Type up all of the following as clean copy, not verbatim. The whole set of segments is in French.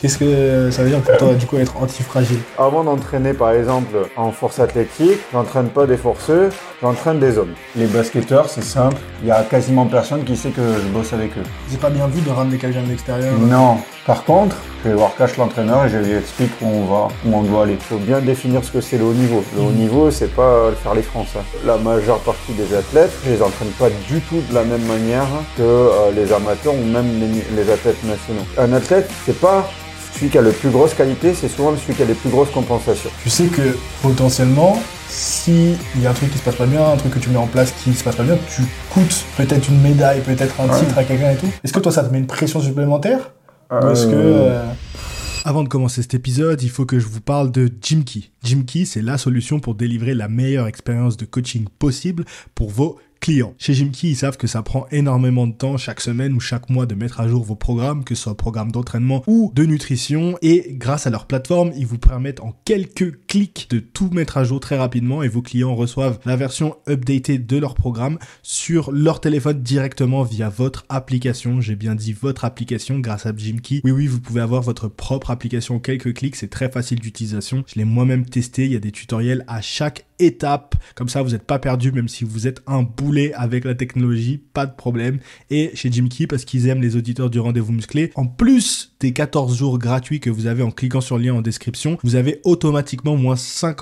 Qu'est-ce que ça veut dire pour toi, du coup, être antifragile? Avant d'entraîner, par exemple, en force athlétique, j'entraîne pas des forceux, j'entraîne des hommes. Les basketteurs, c'est simple, il y a quasiment personne qui sait que je bosse avec eux. C'est pas bien vu de ramener quelqu'un de l'extérieur? Non. Par contre, je vais voir Cash l'entraîneur et je lui explique où on va, où on doit aller. Il faut bien définir ce que c'est le haut niveau. Le haut niveau, c'est pas faire les francs. La majeure partie des athlètes, je les entraîne pas du tout de la même manière que les amateurs ou même les athlètes nationaux. Un athlète, c'est pas celui qui a la plus grosse qualité, c'est souvent celui qui a les plus grosses compensations. Tu sais que potentiellement, s'il y a un truc qui se passe pas bien, un truc que tu mets en place qui se passe pas bien, tu coûtes peut-être une médaille, peut-être un titre à quelqu'un et tout. Est-ce que toi, ça te met une pression supplémentaire? Ou est-ce que... Avant de commencer cet épisode, il faut que je vous parle de Gymkey. Gymkey, c'est la solution pour délivrer la meilleure expérience de coaching possible pour vos clients. Chez Gymkey, ils savent que ça prend énormément de temps chaque semaine ou chaque mois de mettre à jour vos programmes, que ce soit programme d'entraînement ou de nutrition. Et grâce à leur plateforme, ils vous permettent en quelques clics de tout mettre à jour très rapidement et vos clients reçoivent la version updatée de leur programme sur leur téléphone directement via votre application. J'ai bien dit votre application grâce à Gymkey. Oui, vous pouvez avoir votre propre application en quelques clics. C'est très facile d'utilisation. Je l'ai moi-même testé. Il y a des tutoriels à chaque étape. Comme ça, vous n'êtes pas perdu, même si vous êtes un boulet avec la technologie, pas de problème. Et chez Gymkey, parce qu'ils aiment les auditeurs du rendez-vous musclé, en plus des 14 jours gratuits que vous avez en cliquant sur le lien en description, vous avez automatiquement moins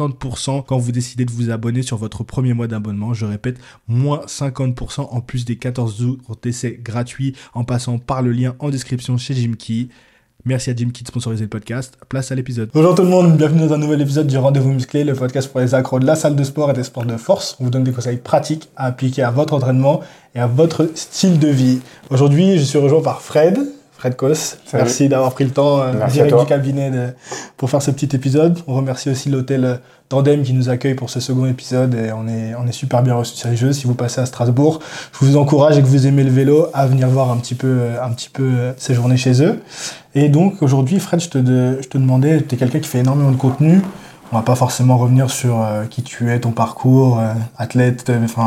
50% quand vous décidez de vous abonner sur votre premier mois d'abonnement. Je répète, moins 50% en plus des 14 jours d'essai gratuits en passant par le lien en description chez Gymkey. Merci à Gymkey de sponsoriser le podcast. Place à l'épisode. Bonjour tout le monde, bienvenue dans un nouvel épisode du Rendez-vous Musclé, le podcast pour les accros de la salle de sport et des sports de force. On vous donne des conseils pratiques à appliquer à votre entraînement et à votre style de vie. Aujourd'hui, je suis rejoint par Fred Kos. Merci d'avoir pris le temps direct du cabinet pour faire ce petit épisode. On remercie aussi l'hôtel Tandem qui nous accueille pour ce second épisode et on est super bien reçus sérieux. Si vous passez à Strasbourg, je vous encourage et que vous aimez le vélo à venir voir un petit peu séjourner chez eux. Et donc aujourd'hui, Fred, je te demandais, tu es quelqu'un qui fait énormément de contenu. On va pas forcément revenir sur qui tu es, ton parcours, athlète,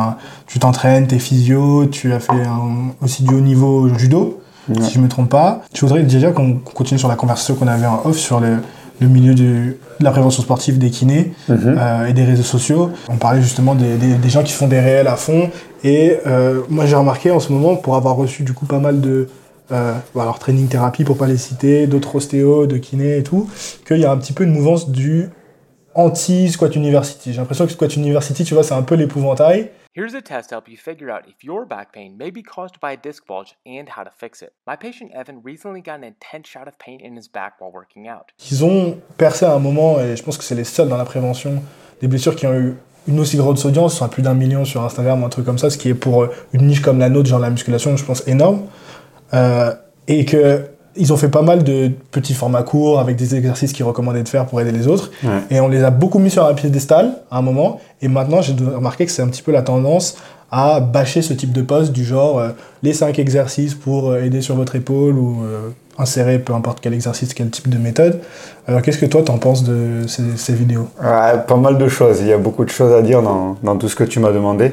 tu t'entraînes, t'es physio, tu as fait aussi du haut niveau judo. Ouais. Si je me trompe pas. Je voudrais déjà qu'on continue sur la conversation qu'on avait en off sur le milieu de la prévention sportive, des kinés et des réseaux sociaux. On parlait justement des gens qui font des réels à fond. Et moi j'ai remarqué en ce moment, pour avoir reçu du coup pas mal de alors training thérapie pour pas les citer, d'autres ostéos, de kinés et tout, qu'il y a un petit peu une mouvance du anti-squat university. J'ai l'impression que squat university, tu vois, c'est un peu l'épouvantail. Here's a test to help you figure out if your back pain may be caused by a disc bulge and how to fix it. My patient Evan recently got an intense shot of pain in his back while working out. Ils ont percé à un moment, et je pense que c'est les seuls dans la prévention des blessures qui ont eu une aussi grosse audience, ils sont à plus d'1 million sur Instagram, un truc comme ça, ce qui est pour une niche comme la nôtre, genre la musculation, je pense énorme. Et que ils ont fait pas mal de petits formats courts avec des exercices qu'ils recommandaient de faire pour aider les autres. Ouais. Et on les a beaucoup mis sur un piédestal à un moment. Et maintenant, j'ai remarqué que c'est un petit peu la tendance à bâcher ce type de poste du genre les 5 exercices pour aider sur votre épaule ou insérer peu importe quel exercice, quel type de méthode. Alors, qu'est-ce que toi, t'en penses de ces vidéos ? Pas mal de choses. Il y a beaucoup de choses à dire dans tout ce que tu m'as demandé.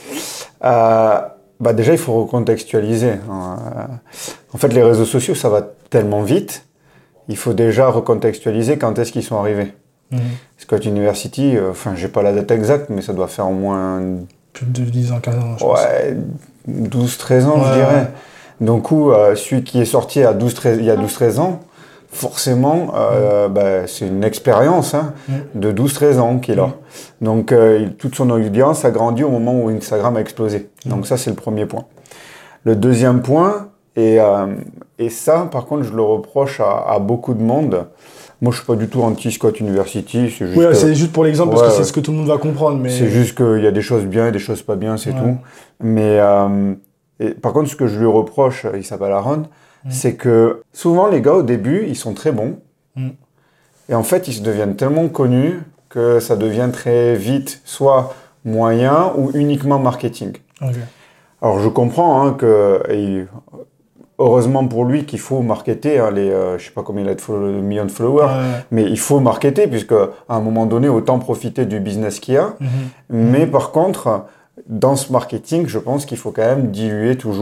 Déjà, il faut recontextualiser. En fait, les réseaux sociaux, ça va tellement vite. Il faut déjà recontextualiser quand est-ce qu'ils sont arrivés. Squat University, j'ai pas la date exacte, mais ça doit faire au moins... Plus de 10 ans, 15 ans, je pense. Ouais, 12-13 ans, je dirais. Donc, celui qui est sorti il y a 12-13 ans, forcément, c'est une expérience de 12-13 ans qu'il a. Donc, toute son audience a grandi au moment où Instagram a explosé. Donc, ça, c'est le premier point. Le deuxième point, et ça, par contre, je le reproche à beaucoup de monde. Moi, je suis pas du tout anti-Squat University. C'est juste, c'est juste pour l'exemple, parce que c'est ce que tout le monde va comprendre. Mais... C'est juste qu'il y a des choses bien et des choses pas bien, c'est tout. Mais par contre, ce que je lui reproche, il s'appelle Aaron, c'est que souvent, les gars, au début, ils sont très bons. Et en fait, ils se deviennent tellement connus que ça devient très vite soit moyen ou uniquement marketing. Okay. Alors, je comprends que... heureusement pour lui qu'il faut marketer je sais pas combien il a de millions de followers, mais il faut marketer puisque à un moment donné autant profiter du business qu'il y a. Mais par contre, dans ce marketing, je pense qu'il faut quand même diluer toujours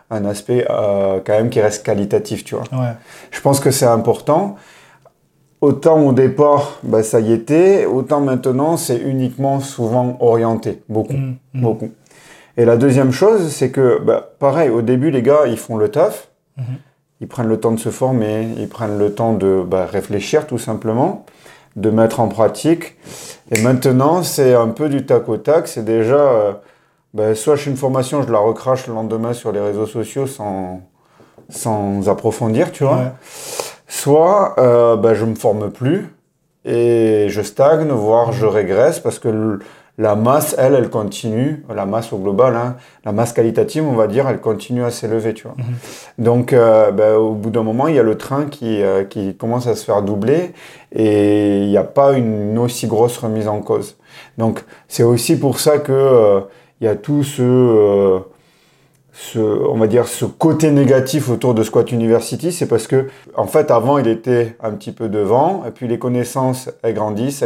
un aspect quand même qui reste qualitatif, tu vois. Ouais. Je pense que c'est important. Autant au départ, ça y était, autant maintenant, c'est uniquement souvent orienté, beaucoup. Et la deuxième chose, c'est que, pareil, au début, les gars, ils font le taf, ils prennent le temps de se former, ils prennent le temps de réfléchir tout simplement, de mettre en pratique. Et maintenant, c'est un peu du tac au tac, c'est déjà... soit je fais une formation, je la recrache le lendemain sur les réseaux sociaux sans approfondir, tu vois. Ouais. Soit je me forme plus et je stagne, voire je régresse parce que la masse, elle continue, la masse au global, hein, la masse qualitative, on va dire, elle continue à s'élever, tu vois. Donc, au bout d'un moment, il y a le train qui commence à se faire doubler et il n'y a pas une aussi grosse remise en cause. Donc, c'est aussi pour ça que il y a tout on va dire, ce côté négatif autour de Squat University, c'est parce que, en fait, avant, il était un petit peu devant, et puis les connaissances, elles grandissent,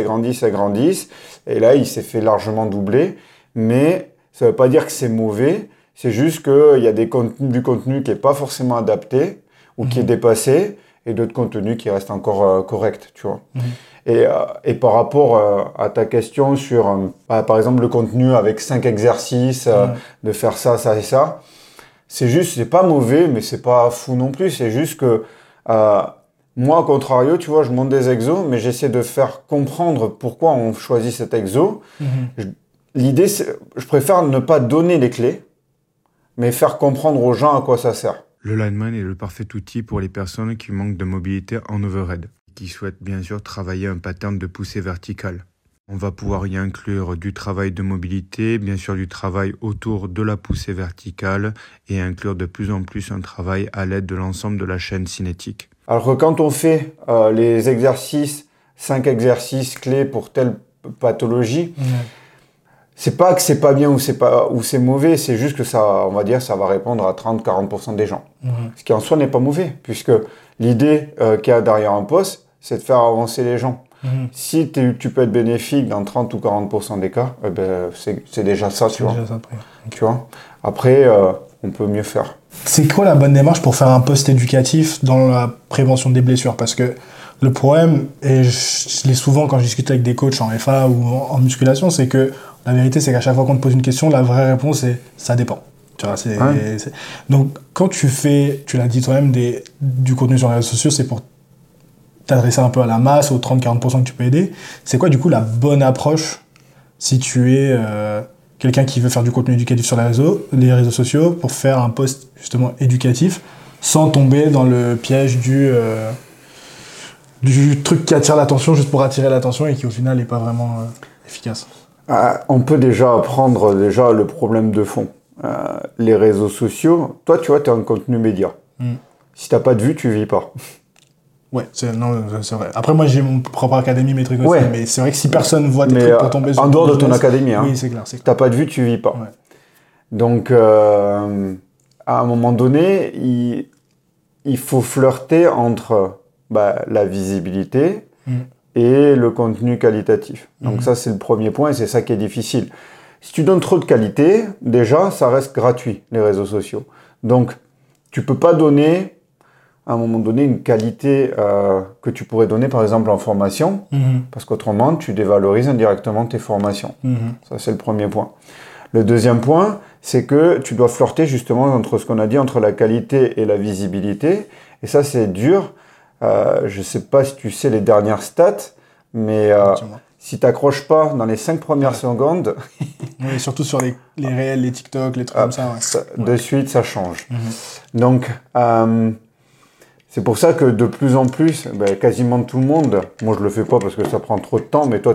et là, il s'est fait largement doubler, mais ça veut pas dire que c'est mauvais, c'est juste qu'il y a du contenu qui est pas forcément adapté, ou qui est dépassé, et d'autres contenus qui restent encore corrects, tu vois. Et par rapport à ta question sur, par exemple, le contenu avec 5 exercices, de faire ça, ça et ça, c'est pas mauvais, mais c'est pas fou non plus. C'est juste que moi, au contrario, tu vois, je monte des exos, mais j'essaie de faire comprendre pourquoi on choisit cet exo. L'idée, c'est, je préfère ne pas donner les clés, mais faire comprendre aux gens à quoi ça sert. Le lineman est le parfait outil pour les personnes qui manquent de mobilité en overhead, qui souhaitent bien sûr travailler un pattern de poussée verticale. On va pouvoir y inclure du travail de mobilité, bien sûr du travail autour de la poussée verticale et inclure de plus en plus un travail à l'aide de l'ensemble de la chaîne cinétique. Alors que quand on fait les exercices, 5 exercices clés pour telle pathologie, c'est pas que c'est pas bien ou c'est mauvais, c'est juste que ça, on va dire, ça va répondre à 30-40% des gens. Ce qui en soi n'est pas mauvais, puisque l'idée qu'il y a derrière un poste, c'est de faire avancer les gens. Si tu peux être bénéfique dans 30 ou 40% des cas, c'est déjà ça, tu vois. Tu vois. Après, on peut mieux faire. C'est quoi la bonne démarche pour faire un post éducatif dans la prévention des blessures? Parce que le problème, et je l'ai souvent quand je discute avec des coachs en FA ou en musculation, c'est que la vérité, c'est qu'à chaque fois qu'on te pose une question, la vraie réponse est « ça dépend ». Tu vois, Donc, quand tu fais, tu l'as dit toi-même, du contenu sur les réseaux sociaux, c'est pour t'adresser un peu à la masse, aux 30-40% que tu peux aider. C'est quoi, du coup, la bonne approche si tu es quelqu'un qui veut faire du contenu éducatif sur les réseaux sociaux pour faire un post, justement, éducatif sans tomber dans le piège du truc qui attire l'attention juste pour attirer l'attention et qui, au final, n'est pas vraiment efficace? On peut déjà apprendre le problème de fond. Les réseaux sociaux, toi, tu vois, tu as un contenu média. Si tu n'as pas de vues, tu vis pas. Ouais, c'est vrai. Après, moi, j'ai mon propre académie, mes trucs aussi, mais c'est vrai que si personne voit tes trucs pour tomber sur... En dehors de ton académie, oui, c'est clair. Si t'as pas de vue, tu vis pas. Ouais. Donc, à un moment donné, il faut flirter entre la visibilité et le contenu qualitatif. Donc ça, c'est le premier point et c'est ça qui est difficile. Si tu donnes trop de qualité, déjà, ça reste gratuit, les réseaux sociaux. Donc, tu peux pas donner... à un moment donné, une qualité que tu pourrais donner, par exemple, en formation, parce qu'autrement, tu dévalorises indirectement tes formations. Ça, c'est le premier point. Le deuxième point, c'est que tu dois flirter justement entre ce qu'on a dit, entre la qualité et la visibilité. Et ça, c'est dur. Je ne sais pas si tu sais les dernières stats, mais si tu n'accroches pas dans les 5 premières secondes... oui, surtout sur les réels, les TikTok, les trucs comme ça. De suite, ça change. Donc... c'est pour ça que de plus en plus, quasiment tout le monde, moi je le fais pas parce que ça prend trop de temps, mais toi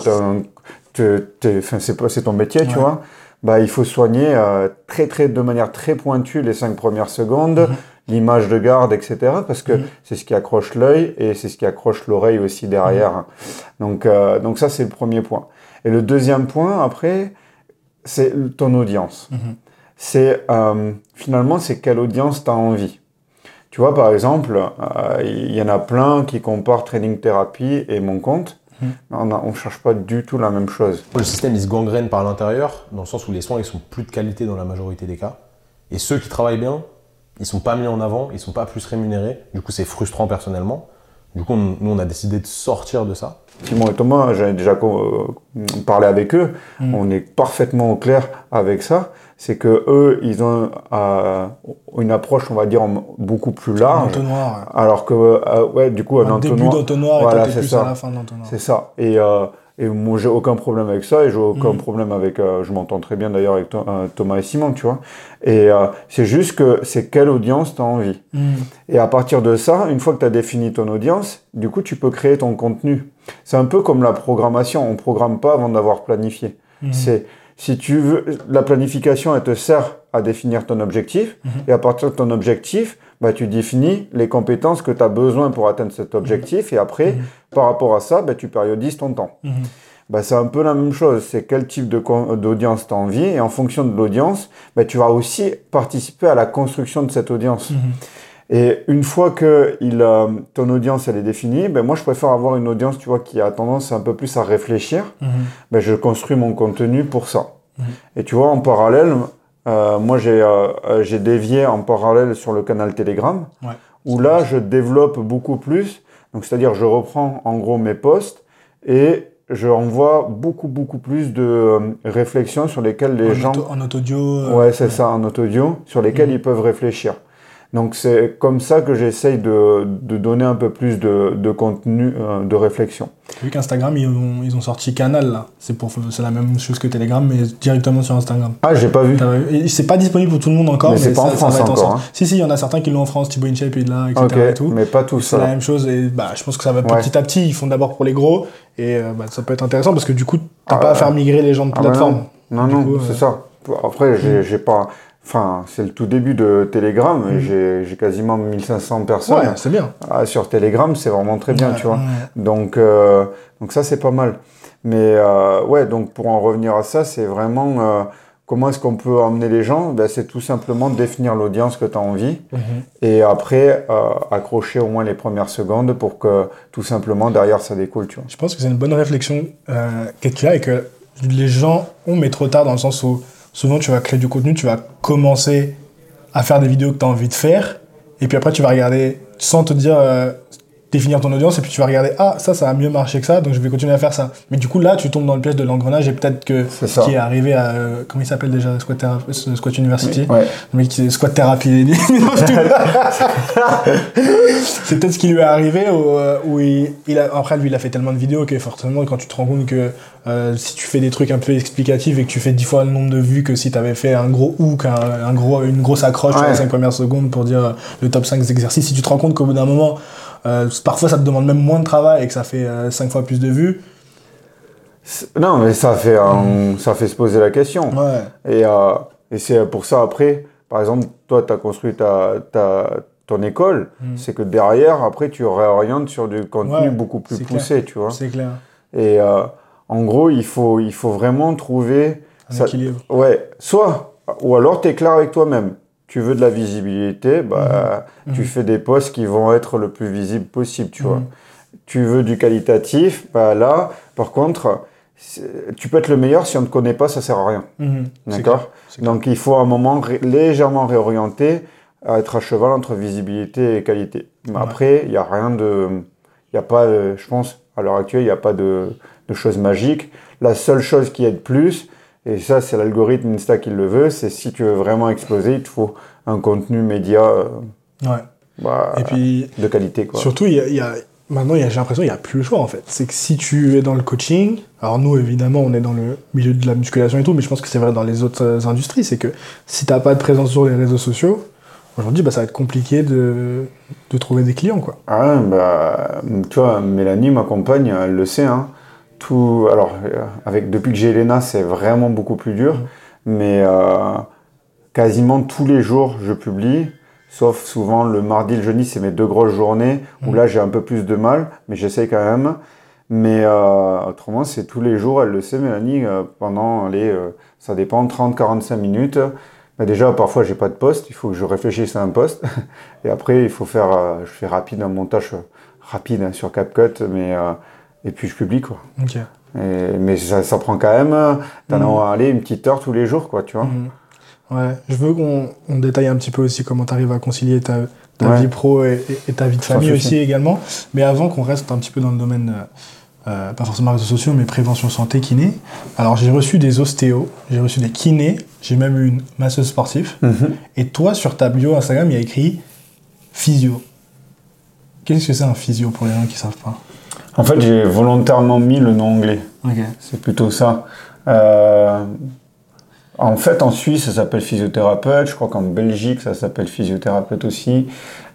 c'est ton métier, tu vois, il faut soigner de manière très pointue les 5 premières secondes, l'image de garde, etc. Parce que c'est ce qui accroche l'œil et c'est ce qui accroche l'oreille aussi derrière. Donc ça, c'est le premier point. Et le deuxième point, après, c'est ton audience. C'est finalement, c'est quelle audience tu as envie. Tu vois, par exemple, il y en a plein qui comparent Training Therapy et mon compte. On ne cherche pas du tout la même chose. Le système, il se gangrène par l'intérieur, dans le sens où les soins, ils sont plus de qualité dans la majorité des cas. Et ceux qui travaillent bien, ils sont pas mis en avant, ils sont pas plus rémunérés. Du coup, c'est frustrant personnellement. Du coup, nous, on a décidé de sortir de ça. Simon et Thomas, j'en ai déjà parlé avec eux. On est parfaitement au clair avec ça. C'est que eux, ils ont une approche, on va dire, beaucoup plus large. Un entonnoir. Ouais. Alors que, du coup, un entonnoir. Début d'entonnoir, voilà, et toi, t'es plus ça. À la fin de l'entonnoir. C'est ça. Et moi, j'ai aucun problème avec ça, et j'ai aucun problème avec... je m'entends très bien d'ailleurs avec Thomas et Simon, tu vois. Et c'est juste que c'est quelle audience tu as envie. Et à partir de ça, une fois que tu as défini ton audience, du coup, tu peux créer ton contenu. C'est un peu comme la programmation. On ne programme pas avant d'avoir planifié. C'est... Si tu veux, la planification, elle te sert à définir ton objectif. Et à partir de ton objectif, bah, tu définis les compétences que tu as besoin pour atteindre cet objectif. Et après, par rapport à ça, bah, tu périodises ton temps. Bah, c'est un peu la même chose. C'est quel type d'audience tu as envie. Et en fonction de l'audience, bah, tu vas aussi participer à la construction de cette audience. Et une fois que ton audience elle est définie, ben moi je préfère avoir une audience, tu vois, qui a tendance un peu plus à réfléchir. Ben je construis mon contenu pour ça. Et tu vois, en parallèle, moi j'ai dévié en parallèle sur le canal Telegram, où là je développe beaucoup plus. Donc c'est-à-dire je reprends en gros mes posts et je envoie beaucoup plus de réflexions sur lesquelles les gens... En auto-audio. Ouais, c'est ça, en auto-audio, sur lesquelles ils peuvent réfléchir. Donc c'est comme ça que j'essaye de donner un peu plus de contenu de réflexion. Vu qu'Instagram, ils ont sorti Canal là. C'est la même chose que Telegram, mais directement sur Instagram. Ah, j'ai pas vu. Et c'est pas disponible pour tout le monde encore. Mais c'est pas en France encore. Si, il y en a certains qui l'ont en France, Thibaut InShape est là, etc. Okay, et tout. mais pas tout ça. C'est la même chose et je pense que ça va petit à petit. Ils font d'abord pour les gros et ça peut être intéressant parce que du coup, t'as pas à faire migrer les gens de plateforme. Non, c'est ça. Après, j'ai pas... Enfin, c'est le tout début de Telegram et j'ai quasiment 1500 personnes. Ouais, c'est bien. Sur Telegram, c'est vraiment très bien, tu vois. Donc ça, c'est pas mal. Mais donc pour en revenir à ça, c'est vraiment comment est-ce qu'on peut emmener les gens ? Ben, c'est tout simplement définir l'audience que tu as envie et après accrocher au moins les premières secondes pour que tout simplement derrière ça découle, tu vois. Je pense que c'est une bonne réflexion que tu as et que les gens ont, mais trop tard dans le sens où souvent, tu vas créer du contenu, tu vas commencer à faire des vidéos que tu as envie de faire, et puis après, tu vas regarder, sans te dire, définir ton audience, et puis tu vas regarder, ça a mieux marché que ça, donc je vais continuer à faire ça. Mais du coup, là, tu tombes dans le piège de l'engrenage, et peut-être que ce qui est arrivé à, comment il s'appelle déjà, Squat University, le mec qui Squat Therapy. C'est peut-être ce qui lui est arrivé, où après, lui, il a fait tellement de vidéos que forcément, quand tu te rends compte que si tu fais des trucs un peu explicatifs et que tu fais 10 fois le nombre de vues que si tu avais fait un gros hook, une grosse accroche sur les 5 premières secondes pour dire le top 5 exercices, si tu te rends compte qu'au bout d'un moment, parfois ça te demande même moins de travail et que ça fait 5 fois plus de vues. Non, mais ça fait se poser la question. Et c'est pour ça après, par exemple, toi tu as construit ton école, c'est que derrière, après tu réorientes sur du contenu beaucoup plus poussé, tu vois. C'est clair. Et en gros, il faut vraiment trouver un équilibre. Ouais, ou alors tu es clair avec toi-même. Tu veux de la visibilité, tu fais des posts qui vont être le plus visible possible, tu vois. Tu veux du qualitatif, là, par contre, tu peux être le meilleur, si on ne te connaît pas, ça sert à rien. D'accord ? Donc il faut à un moment légèrement réorienter, à être à cheval entre visibilité et qualité. Mais après, il n'y a rien de... Il n'y a pas, je pense, à l'heure actuelle, il n'y a pas de choses magiques. La seule chose qui aide plus, et ça c'est l'algorithme Insta qui le veut, c'est si tu veux vraiment exploser, il te faut un contenu média et puis, de qualité, quoi. Surtout, maintenant, j'ai l'impression qu'il n'y a plus le choix en fait. C'est que si tu es dans le coaching, alors nous évidemment on est dans le milieu de la musculation et tout, mais je pense que c'est vrai dans les autres industries, c'est que si tu n'as pas de présence sur les réseaux sociaux, aujourd'hui ça va être compliqué de trouver des clients, quoi. Tu vois, Mélanie, ma compagne, elle le sait, hein. Alors, depuis que j'ai Elena, c'est vraiment beaucoup plus dur, mais quasiment tous les jours, je publie, sauf souvent le mardi, le jeudi, c'est mes 2 grosses journées, où là, j'ai un peu plus de mal, mais j'essaie quand même. Mais autrement, c'est tous les jours, elle le sait, Mélanie, pendant ça dépend, 30-45 minutes. Déjà, parfois, j'ai pas de poste, il faut que je réfléchisse à un poste. Et après, il faut faire, je fais un montage rapide sur CapCut, et puis je publie, quoi. Okay. Mais ça prend quand même, t'en as une petite heure tous les jours, quoi, tu vois. Ouais, je veux qu'on détaille un petit peu aussi comment tu arrives à concilier ta vie pro et ta vie de famille aussi également. Mais avant qu'on reste un petit peu dans le domaine, pas forcément réseaux sociaux, mais prévention santé, kiné. Alors j'ai reçu des ostéos, j'ai reçu des kinés, j'ai même eu une masseuse sportive. Et toi, sur ta bio Instagram, il y a écrit physio. Qu'est-ce que c'est un physio pour les gens qui ne savent pas? En fait, j'ai volontairement mis le nom anglais. Okay. C'est plutôt ça. En fait, en Suisse, ça s'appelle physiothérapeute. Je crois qu'en Belgique, ça s'appelle physiothérapeute aussi.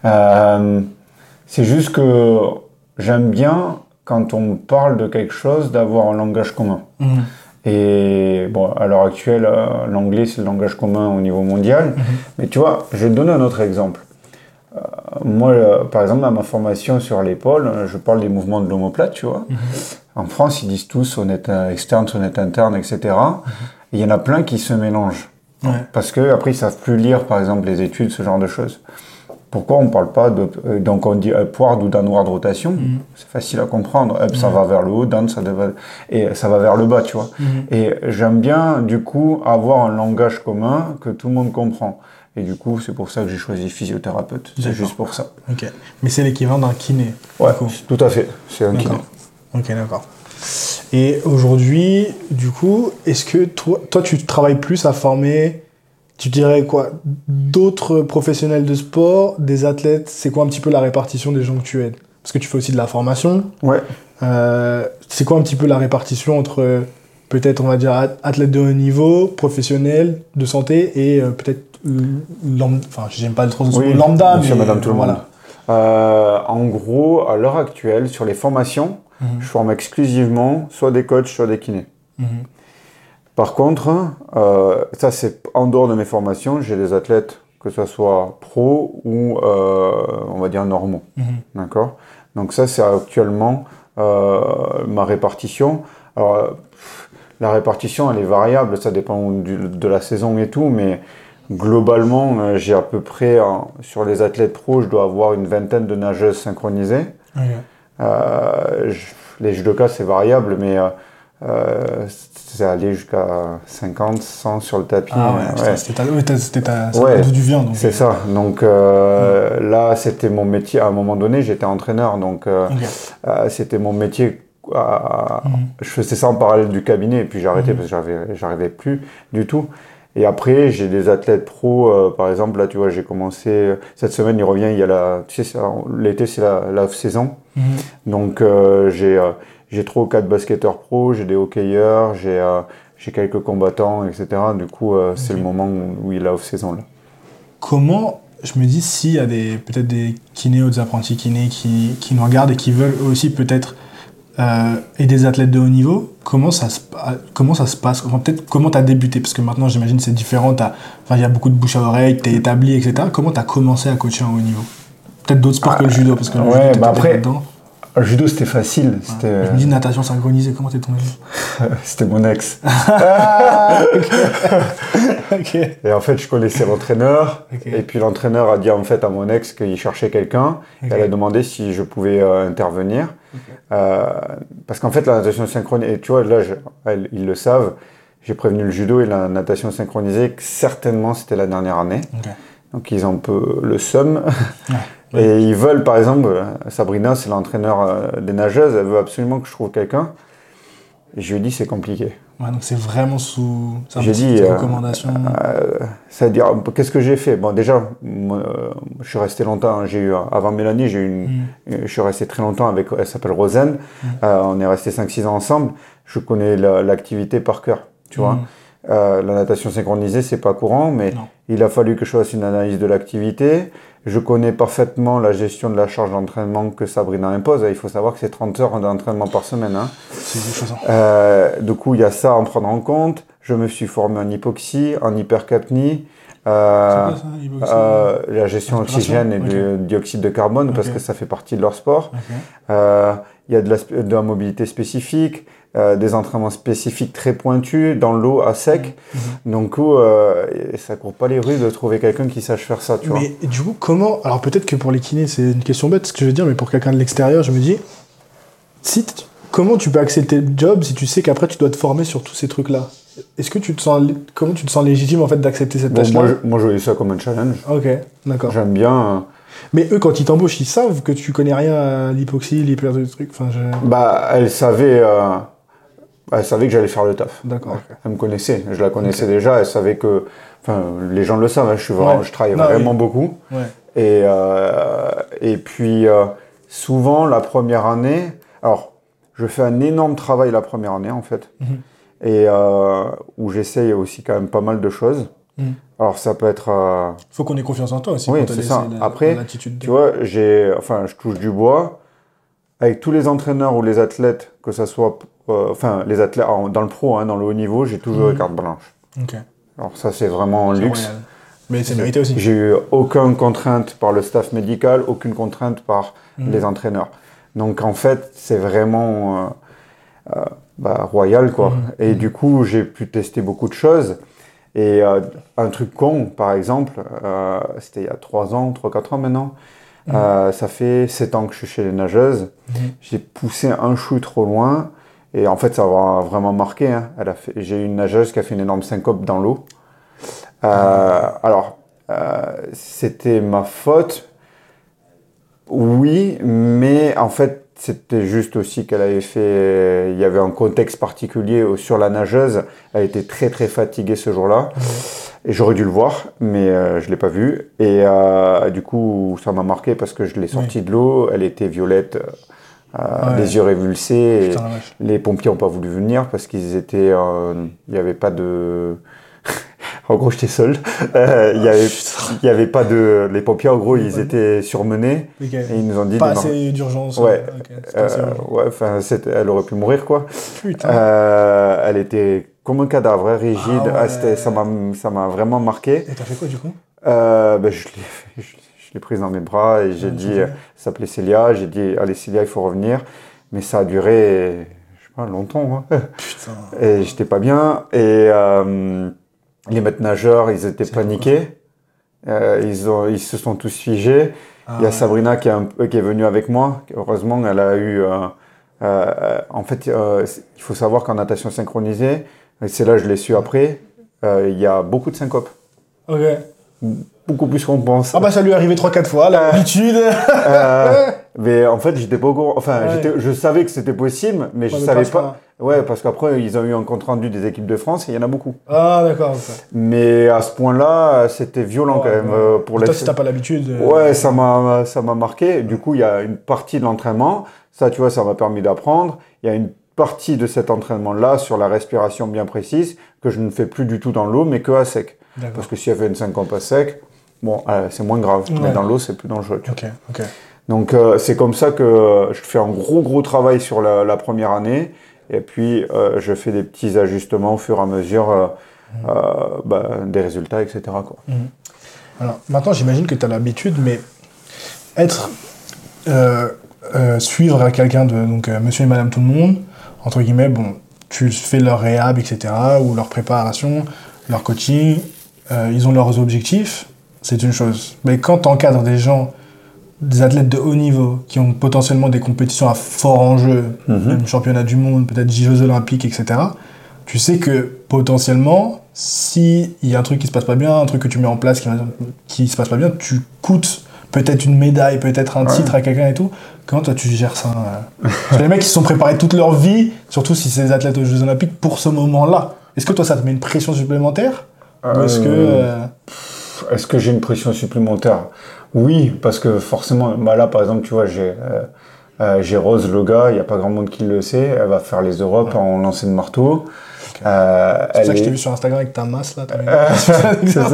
C'est juste que j'aime bien, quand on parle de quelque chose, d'avoir un langage commun. Et bon, à l'heure actuelle, l'anglais, c'est le langage commun au niveau mondial. Mais tu vois, je vais te donner un autre exemple. Moi, par exemple, dans ma formation sur l'épaule, je parle des mouvements de l'omoplate, tu vois. En France, ils disent tous sonnette externe, sonnette interne, etc. Et il y en a plein qui se mélangent. Parce qu'après, ils ne savent plus lire, par exemple, les études, ce genre de choses. Pourquoi on ne parle pas donc on dit upward ou downward rotation, c'est facile à comprendre. Up, ça va vers le haut, down, et ça va vers le bas, tu vois. Et j'aime bien, du coup, avoir un langage commun que tout le monde comprend. Et du coup, c'est pour ça que j'ai choisi physiothérapeute. C'est juste pour ça. Ok. Mais c'est l'équivalent d'un kiné. Ouais, tout à fait. C'est un kiné. Ok, d'accord. Et aujourd'hui, du coup, est-ce que toi, tu travailles plus à former, tu dirais quoi, d'autres professionnels de sport, des athlètes? C'est quoi un petit peu la répartition des gens que tu aides? Parce que tu fais aussi de la formation. Ouais. C'est quoi un petit peu la répartition entre, peut-être, on va dire, athlètes de haut niveau, professionnels de santé et peut-être enfin, j'aime pas trop lambda, monsieur, mais madame, tout le monde. En gros, à l'heure actuelle, sur les formations, je forme exclusivement soit des coachs, soit des kinés. Par contre, ça c'est en dehors de mes formations, j'ai des athlètes, que ce soit pro ou on va dire normaux. D'accord? Donc ça c'est actuellement ma répartition. Alors, la répartition elle est variable, ça dépend de la saison et tout, mais globalement j'ai à peu près, sur les athlètes pro, je dois avoir une vingtaine de nageuses synchronisées. Les judokas c'est variable, mais c'est allé jusqu'à 50, 100 sur le tapis. C'était d'où tu viens. C'est ça. Donc là, c'était mon métier. À un moment donné, j'étais entraîneur. Donc c'était mon métier. Je faisais ça en parallèle du cabinet. Et puis j'ai arrêté parce que j'arrivais plus du tout. Et après, j'ai des athlètes pros. Par exemple, là, tu vois, j'ai commencé... Cette semaine, il revient. Il y a tu sais, l'été, c'est la saison. Donc j'ai 3 ou 4 basketteurs pros, j'ai des hockeyeurs, j'ai quelques combattants, etc. Du coup, c'est le moment où il est la off-saison. Là. Comment, je me dis, s'il y a peut-être des kinés ou des apprentis kinés qui nous regardent et qui veulent aussi peut-être aider des athlètes de haut niveau, comment ça se passe? Enfin, peut-être comment tu as débuté? Parce que maintenant, j'imagine c'est différent. Il y a beaucoup de bouche à oreille, tu es établi, etc. Comment tu as commencé à coacher en haut niveau? Peut-être d'autres sports que le judo, parce que le judo, après... là-dedans. Le judo, c'était facile. Je me dis natation synchronisée, comment t'es tombé? C'était mon ex. Okay. Et en fait, je connaissais l'entraîneur. Et puis l'entraîneur a dit en fait à mon ex qu'il cherchait quelqu'un. Elle a demandé si je pouvais intervenir. Parce qu'en fait, la natation synchronisée, et tu vois, là, ils le savent, j'ai prévenu le judo et la natation synchronisée que certainement c'était la dernière année. Donc ils ont un peu le seum. Et ils veulent, par exemple, Sabrina, c'est l'entraîneur des nageuses, elle veut absolument que je trouve quelqu'un. Et je lui ai dit, c'est compliqué. Donc c'est vraiment sous recommandation. C'est-à-dire, qu'est-ce que j'ai fait? Bon, déjà, je suis resté longtemps. Avant Mélanie, je suis resté très longtemps avec, elle s'appelle Rosen. On est resté 5-6 ans ensemble. Je connais l'activité par cœur, tu vois. La natation synchronisée, c'est pas courant, mais il a fallu que je fasse une analyse de l'activité. Je connais parfaitement la gestion de la charge d'entraînement que Sabrina impose. Il faut savoir que c'est 30 heures d'entraînement par semaine. C'est quelque chose. Du coup, il y a ça à en prendre en compte. Je me suis formé en hypoxie, en hypercapnie. C'est quoi ça, hypoxie? La gestion oxygène et du dioxyde de carbone, parce que ça fait partie de leur sport. Il y a de la mobilité spécifique, des entraînements spécifiques très pointus, dans l'eau, à sec. Donc, ça court pas les rues de trouver quelqu'un qui sache faire ça, tu vois. Mais du coup, comment... Alors peut-être que pour les kinés, c'est une question bête, ce que je veux dire, mais pour quelqu'un de l'extérieur, je me dis... Comment tu peux accepter le job si tu sais qu'après, tu dois te former sur tous ces trucs-là? Est-ce que comment tu te sens légitime en fait d'accepter cette tâche-là? Moi, je voyais ça comme un challenge. Ok, d'accord. J'aime bien. Mais eux, quand ils t'embauchent, ils savent que tu connais rien à l'hypoxie, les plein de trucs. Enfin, Elle savait que j'allais faire le taf. D'accord. Okay. Elle me connaissait. Je la connaissais déjà. Elle savait que. Enfin, les gens le savent. Hein, je travaille vraiment beaucoup. Ouais. Et puis, souvent, la première année. Alors, je fais un énorme travail la première année, en fait. Et où j'essaye aussi quand même pas mal de choses. Alors ça peut être... faut qu'on ait confiance en toi aussi. Oui, pour te c'est laisser ça. Après, tu vois, je touche du bois. Avec tous les entraîneurs ou les athlètes, que ça soit... les athlètes dans le pro, hein, dans le haut niveau, j'ai toujours une carte blanche. Ok. Alors ça, c'est vraiment un luxe. Royal. Mais c'est mérité aussi. J'ai eu aucune contrainte par le staff médical, aucune contrainte par les entraîneurs. Donc en fait, c'est vraiment... royal, quoi. Et du coup, j'ai pu tester beaucoup de choses. Et un truc con, par exemple, c'était il y a 3 ans, 3-4 ans maintenant. Ça fait 7 ans que je suis chez les nageuses. J'ai poussé un chou trop loin. Et en fait, ça m'a vraiment marqué. Hein. J'ai eu une nageuse qui a fait une énorme syncope dans l'eau. C'était ma faute. Oui, mais en fait, c'était juste aussi qu'elle avait fait... Il y avait un contexte particulier sur la nageuse. Elle était très très fatiguée ce jour-là. Et j'aurais dû le voir, mais je ne l'ai pas vu. Et du coup, ça m'a marqué parce que je l'ai sortie de l'eau. Elle était violette, les yeux révulsés. Putain, et les pompiers n'ont pas voulu venir parce qu'ils étaient... il n'y avait pas de... En gros, j'étais seul. Il y avait pas de... Les pompiers, en gros, ils étaient surmenés. Okay. Et ils nous ont dit... Pas assez d'urgence. Ouais. Okay. Elle aurait pu mourir, quoi. Putain. Elle était comme un cadavre, hein, rigide. Ça m'a vraiment marqué. Et t'as fait quoi, du coup? Je l'ai prise dans mes bras et j'ai dit... Elle s'appelait Célia. J'ai dit, allez, Célia, il faut revenir. Mais ça a duré... Je sais pas, longtemps. Hein. Putain. Et j'étais pas bien. Et... les maîtres nageurs, ils étaient paniqués. Ils se sont tous figés. Il y a Sabrina qui est venue avec moi. Heureusement, elle a eu... en fait, il faut savoir qu'en natation synchronisée, et c'est là que je l'ai su après, il y a beaucoup de syncopes. Ok. Beaucoup plus qu'on pense. Ah bah ça lui est arrivé 3-4 fois, l'habitude. Mais en fait, j'étais pas au courant. Enfin, je savais que c'était possible, mais je savais pas. Ouais, parce qu'après, ils ont eu un compte rendu des équipes de France et il y en a beaucoup. Ah, d'accord. Okay. Mais à ce point-là, c'était violent quand même. Pour toi, si t'as pas l'habitude. Ouais, ça m'a marqué. Du coup, il y a une partie de l'entraînement. Ça, tu vois, ça m'a permis d'apprendre. Il y a une partie de cet entraînement-là sur la respiration bien précise que je ne fais plus du tout dans l'eau, mais que à sec. Parce que si elle fait une syncope à sec, bon, c'est moins grave. Ouais. Mais dans l'eau, c'est plus dangereux. Ok. Donc, c'est comme ça que je fais un gros travail sur la première année. Et puis, je fais des petits ajustements au fur et à mesure des résultats, etc. Quoi. Alors, maintenant, j'imagine que tu as l'habitude, mais suivre quelqu'un de monsieur et madame tout le monde, entre guillemets, bon, tu fais leur réhab, etc., ou leur préparation, leur coaching, ils ont leurs objectifs, c'est une chose. Mais quand tu encadres des athlètes de haut niveau qui ont potentiellement des compétitions à fort enjeu, même championnat du monde, peut-être Jeux olympiques, etc., tu sais que potentiellement, s'il y a un truc qui se passe pas bien, un truc que tu mets en place qui se passe pas bien, tu coûtes peut-être une médaille, peut-être un titre à quelqu'un et tout. Comment toi tu gères ça Les mecs qui se sont préparés toute leur vie, surtout si c'est des athlètes aux Jeux olympiques, pour ce moment-là. Est-ce que toi ça te met une pression supplémentaire ou est-ce que... Est-ce que j'ai une pression supplémentaire ? Oui, parce que forcément, là par exemple, tu vois, j'ai Rose Loga, il n'y a pas grand monde qui le sait, elle va faire les Europes en lancer de marteau. C'est ça que je t'ai vu sur Instagram avec ta masse là. C'est ça.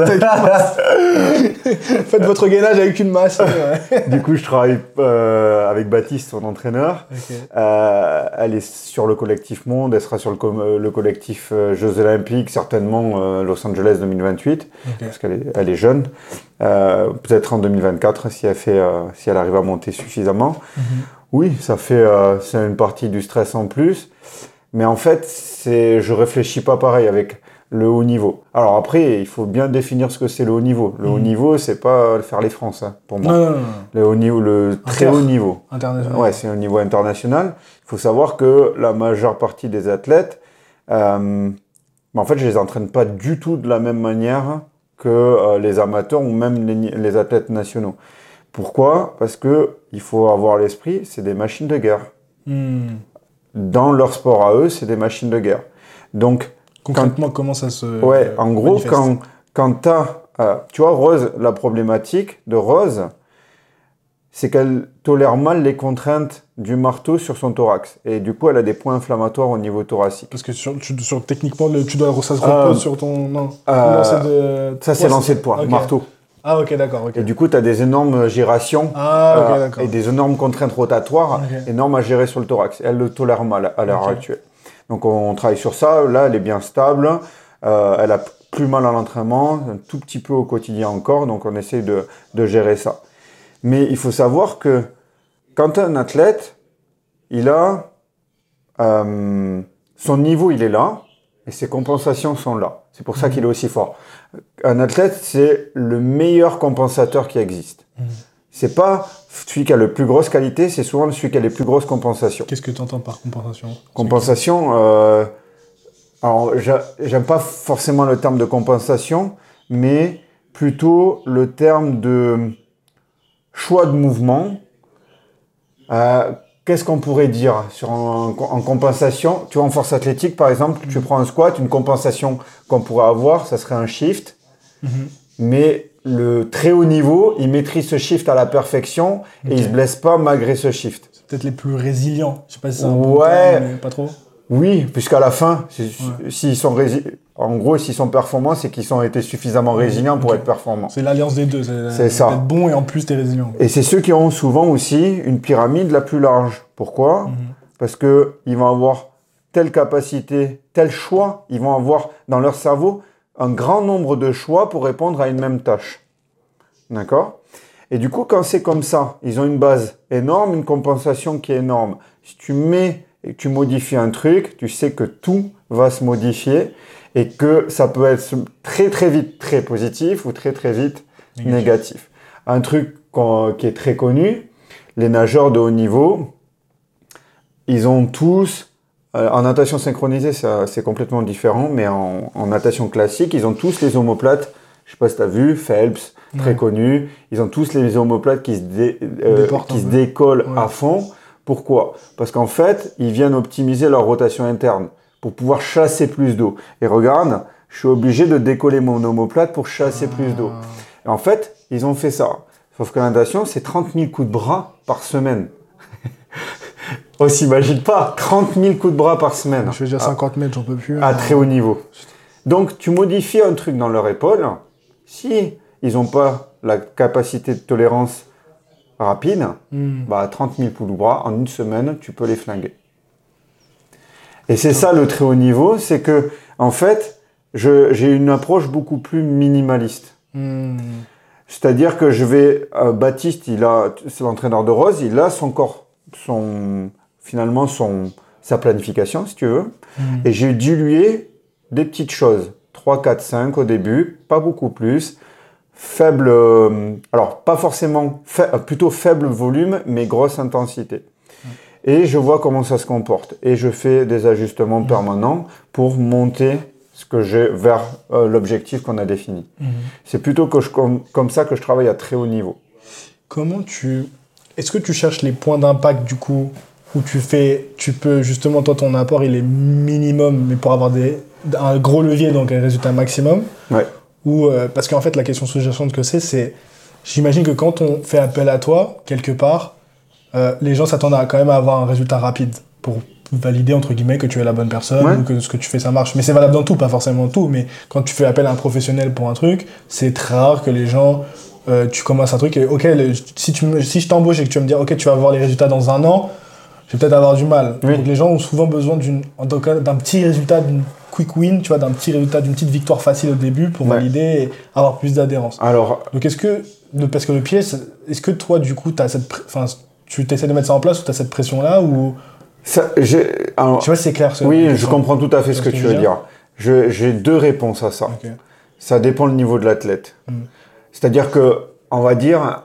Faites votre gainage avec une masse. Du coup, je travaille avec Baptiste, son entraîneur. Elle est sur le collectif Monde, elle sera sur le collectif Jeux Olympiques, certainement Los Angeles 2028, parce qu'elle est jeune. Peut-être en 2024 si elle arrive à monter suffisamment. Oui, c'est une partie du stress en plus. Mais en fait, je réfléchis pas pareil avec le haut niveau. Alors après, il faut bien définir ce que c'est le haut niveau. Le haut niveau, c'est pas faire les France, hein, pour moi. Non. Le haut niveau, le très haut niveau. International. Ouais, c'est un niveau international. Il faut savoir que la majeure partie des athlètes, moi mais en fait, je les entraîne pas du tout de la même manière que les amateurs ou même les athlètes nationaux. Pourquoi ? Parce que il faut avoir à l'esprit, c'est des machines de guerre. Dans leur sport à eux, c'est des machines de guerre. Donc, concrètement, comment ça se ouais, en gros, manifeste? quand tu vois, Rose, la problématique de Rose, c'est qu'elle tolère mal les contraintes du marteau sur son thorax. Et du coup, elle a des points inflammatoires au niveau thoracique. Parce que techniquement, ça se repose sur ton... Non, lancer de... Ça, c'est lancer de poids, okay. marteau. Ah, ok, d'accord. Okay. Et du coup, tu as des énormes gyrations et des énormes contraintes rotatoires énormes à gérer sur le thorax. Elle le tolère mal à l'heure actuelle. Donc, on travaille sur ça. Là, elle est bien stable. Elle a plus mal à l'entraînement, un tout petit peu au quotidien encore. Donc, on essaie de gérer ça. Mais il faut savoir que quand un athlète, il a son niveau, il est là et ses compensations sont là. C'est pour ça qu'il est aussi fort. Un athlète, c'est le meilleur compensateur qui existe. C'est pas celui qui a le plus grosse qualité, c'est souvent celui qui a les plus grosses compensations. Qu'est-ce que tu entends par compensation ? Compensation, alors j'aime pas forcément le terme de compensation, mais plutôt le terme de choix de mouvement. Qu'est-ce qu'on pourrait dire en compensation ? Tu vois, en force athlétique, par exemple, tu prends un squat, une compensation qu'on pourrait avoir, ça serait un shift. Mais le très haut niveau, il maîtrise ce shift à la perfection et il se blesse pas malgré ce shift. C'est peut-être les plus résilients. Je sais pas si c'est un bon terme, mais pas trop. Oui, puisqu'à la fin, s'ils sont en gros, s'ils sont performants, c'est qu'ils ont été suffisamment résilients pour être performants. C'est l'alliance des deux. C'est ça. D'être bon et en plus t'es résilient. Et c'est ceux qui ont souvent aussi une pyramide la plus large. Pourquoi ? Parce que ils vont avoir telle capacité, tel choix. Ils vont avoir dans leur cerveau un grand nombre de choix pour répondre à une même tâche. D'accord ? Et du coup, quand c'est comme ça, ils ont une base énorme, une compensation qui est énorme. Si tu mets et que tu modifies un truc, tu sais que tout va se modifier et que ça peut être très très vite très positif ou très très vite négatif. Un truc qui est très connu, les nageurs de haut niveau, ils ont tous, en natation synchronisée c'est complètement différent, mais en natation classique, ils ont tous les omoplates. Je sais pas si tu as vu, Phelps, très connu, ils ont tous les omoplates qui se décollent à fond. Pourquoi ? Parce qu'en fait, ils viennent optimiser leur rotation interne pour pouvoir chasser plus d'eau. Et regarde, je suis obligé de décoller mon omoplate pour chasser plus d'eau. Et en fait, ils ont fait ça. Sauf que la natation, c'est 30 000 coups de bras par semaine. On s'imagine pas, 30 000 coups de bras par semaine. Je fais déjà 50 mètres, j'en peux plus. À très haut niveau. Donc, tu modifies un truc dans leur épaule. Si ils n'ont pas la capacité de tolérance rapide, 30 000 coups de bras, en une semaine, tu peux les flinguer. Et c'est ça le très haut niveau, c'est que, en fait, j'ai une approche beaucoup plus minimaliste. C'est-à-dire que Baptiste, c'est l'entraîneur de Rose, il a son corps, sa planification, si tu veux. Et j'ai dilué des petites choses, 3, 4, 5 au début, pas beaucoup plus. Faible, alors pas forcément, plutôt faible volume, mais grosse intensité. Et je vois comment ça se comporte. Et je fais des ajustements permanents pour monter ce que j'ai vers l'objectif qu'on a défini. C'est plutôt comme ça que je travaille à très haut niveau. Est-ce que tu cherches les points d'impact du coup, où tu peux justement, toi ton apport il est minimum, mais pour avoir un gros levier, donc un résultat maximum. Ouais. Parce qu'en fait, la question sous-jacente que c'est, j'imagine que quand on fait appel à toi, quelque part, les gens s'attendent quand même à avoir un résultat rapide pour valider, entre guillemets, que tu es la bonne personne ou que ce que tu fais, ça marche. Mais c'est valable dans tout, pas forcément tout, mais quand tu fais appel à un professionnel pour un truc, c'est très rare que les gens... tu commences un truc et ok, si je t'embauche et que tu vas me dire ok, tu vas avoir les résultats dans 1 an, je vais peut-être avoir du mal. Donc les gens ont souvent besoin d'un petit résultat, d'une quick win, tu vois, d'un petit résultat, d'une petite victoire facile au début pour valider et avoir plus d'adhérence. Donc parce que le pied, est-ce que toi du coup tu essaies de mettre ça en place ou tu as cette pression-là ou... je sais pas si c'est clair. Oui, je comprends tout à fait ce que tu veux dire. J'ai 2 réponses à ça. Okay. Ça dépend le niveau de l'athlète. C'est-à-dire que, on va dire,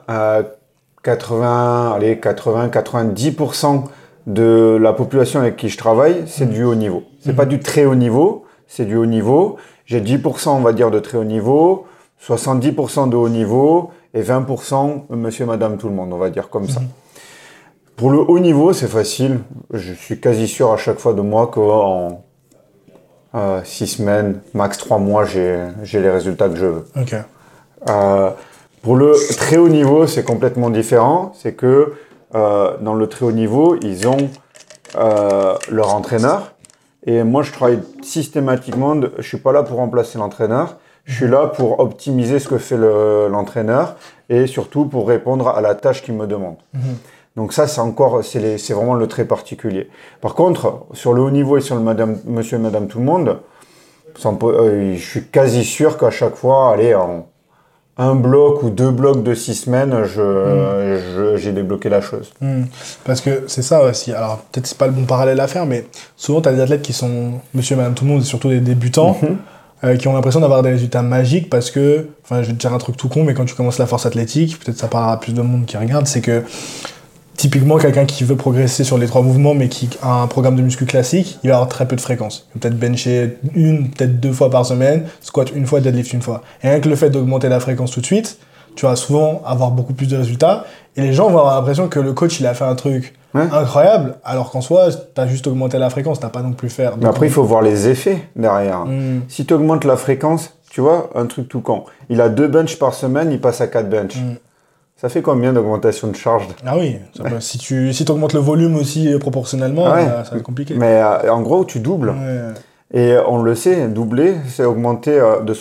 90% de la population avec qui je travaille, c'est du haut niveau. C'est pas du très haut niveau, c'est du haut niveau. J'ai 10%, on va dire, de très haut niveau, 70% de haut niveau et 20% monsieur, madame, tout le monde, on va dire comme ça. Pour le haut niveau, c'est facile. Je suis quasi sûr à chaque fois de moi qu'en 6 semaines, max 3 mois, j'ai les résultats que je veux. Ok. Pour le très haut niveau, c'est complètement différent. C'est que dans le très haut niveau, ils ont leur entraîneur. Et moi, je travaille systématiquement. Je suis pas là pour remplacer l'entraîneur. Je suis là pour optimiser ce que fait l'entraîneur et surtout pour répondre à la tâche qu'il me demande. Donc ça, c'est vraiment le trait particulier. Par contre, sur le haut niveau et sur le monsieur et madame tout le monde, je suis quasi sûr qu'à chaque fois, allez, en un bloc ou 2 blocs de 6 semaines, j'ai débloqué la chose. Parce que c'est ça aussi. Alors, peut-être c'est pas le bon parallèle à faire, mais souvent, tu as des athlètes qui sont monsieur et madame tout le monde, et surtout des débutants, qui ont l'impression d'avoir des résultats magiques parce que, enfin, je vais te dire un truc tout con, mais quand tu commences la force athlétique, peut-être ça parlera à plus de monde qui regarde, c'est que typiquement, quelqu'un qui veut progresser sur les 3 mouvements, mais qui a un programme de muscu classique, il va avoir très peu de fréquence. Il va peut-être bencher 1, peut-être 2 fois par semaine, squat 1 fois, deadlift 1 fois. Et rien que le fait d'augmenter la fréquence tout de suite, tu vas souvent avoir beaucoup plus de résultats. Et les gens vont avoir l'impression que le coach, il a fait un truc incroyable, alors qu'en soi, tu as juste augmenté la fréquence, tu n'as pas non plus faire. Mais après, il faut voir les effets derrière. Si tu augmentes la fréquence, tu vois, un truc tout con. Il a 2 benches par semaine, il passe à 4 benches. Ça fait combien d'augmentation de charge? Ah oui, si tu augmentes le volume aussi proportionnellement, ça va être compliqué. Mais en gros, tu doubles. Et on le sait, doubler, c'est augmenter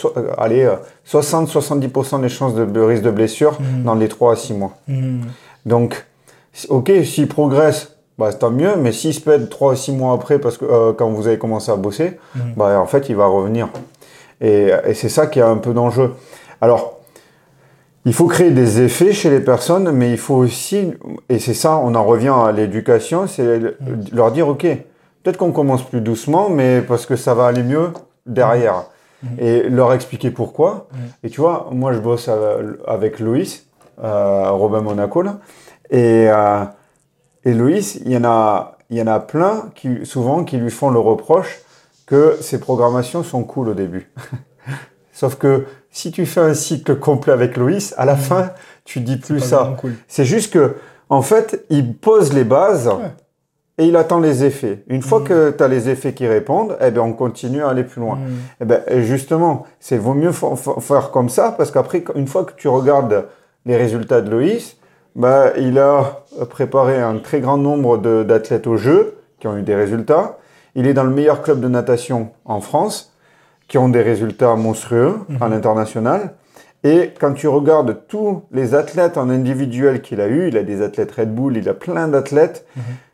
60-70% les chances de risque de blessure dans les 3 à 6 mois. Donc, ok, s'il progresse, bah, tant mieux, mais s'il se pète 3 à 6 mois après, parce que quand vous avez commencé à bosser, bah, en fait, il va revenir. Et c'est ça qui a un peu d'enjeu. Alors, il faut créer des effets chez les personnes, mais il faut aussi, et c'est ça, on en revient à l'éducation, c'est leur dire, ok, peut-être qu'on commence plus doucement, mais parce que ça va aller mieux derrière. Et leur expliquer pourquoi. Et tu vois, moi je bosse avec Loïs, Robin Monaco, là, et Loïs, il y en a plein souvent qui lui font le reproche que ses programmations sont cool au début. Sauf que si tu fais un cycle complet avec Loïs, à la fin, tu dis plus ça. Cool. C'est juste que, en fait, il pose les bases et il attend les effets. Une fois que tu as les effets qui répondent, eh ben, on continue à aller plus loin. Eh ben, justement, c'est vaut mieux faire comme ça parce qu'après, une fois que tu regardes les résultats de Loïs, bah, il a préparé un très grand nombre d'athlètes aux Jeux qui ont eu des résultats. Il est dans le meilleur club de natation en France, qui ont des résultats monstrueux à l'international. Et quand tu regardes tous les athlètes en individuel qu'il a eu, il a des athlètes Red Bull, il a plein d'athlètes,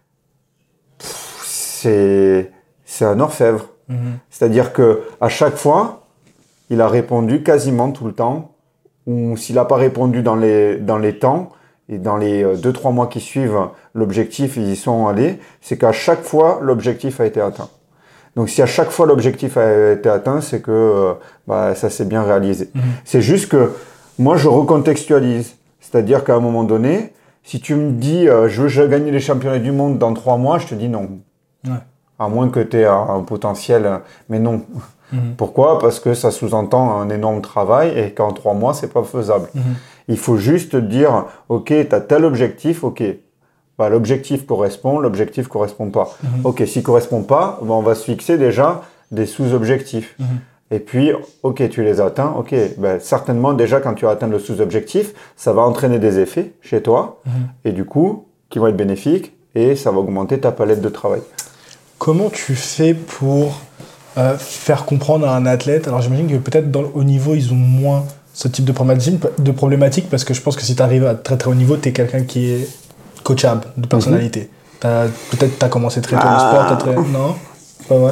c'est un orfèvre. C'est-à-dire qu'à chaque fois, il a répondu quasiment tout le temps, ou s'il n'a pas répondu dans les temps, et dans les 2-3 mois qui suivent, l'objectif, ils y sont allés, c'est qu'à chaque fois, l'objectif a été atteint. Donc si à chaque fois l'objectif a été atteint, c'est que ça s'est bien réalisé. C'est juste que moi je recontextualise. C'est-à-dire qu'à un moment donné, si tu me dis je veux gagner les championnats du monde dans 3 mois, je te dis non. À moins que tu aies un potentiel, mais non. Pourquoi? Parce que ça sous-entend un énorme travail et qu'en 3 mois, c'est pas faisable. Il faut juste dire, ok, tu as tel objectif, ok. Bah, l'objectif correspond pas. Ok, s'il correspond pas, on va se fixer déjà des sous-objectifs. Et puis, ok, tu les atteins, ok. Ben, certainement, déjà, quand tu atteins le sous-objectif, ça va entraîner des effets chez toi, et du coup, qui vont être bénéfiques, et ça va augmenter ta palette de travail. Comment tu fais pour faire comprendre à un athlète? Alors, j'imagine que peut-être au niveau, ils ont moins ce type de problématique, parce que je pense que si tu arrives à très très haut niveau, tu es quelqu'un qui est coachable, de personnalité. Peut-être tu as commencé très tôt le sport, non? Pas vrai?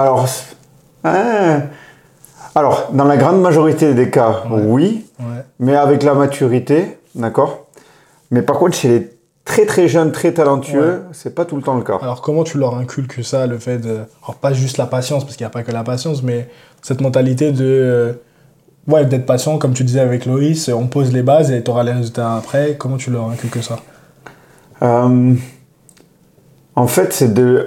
Alors, dans la grande majorité des cas, oui, mais avec la maturité, d'accord? Mais par contre, chez les très très jeunes, très talentueux, c'est pas tout le temps le cas. Alors, comment tu leur inculques ça, le fait de... Alors, pas juste la patience, parce qu'il n'y a pas que la patience, mais cette mentalité de... d'être patient, comme tu disais avec Loïs, on pose les bases et tu auras les résultats après. Comment tu leur inculques ça? En fait,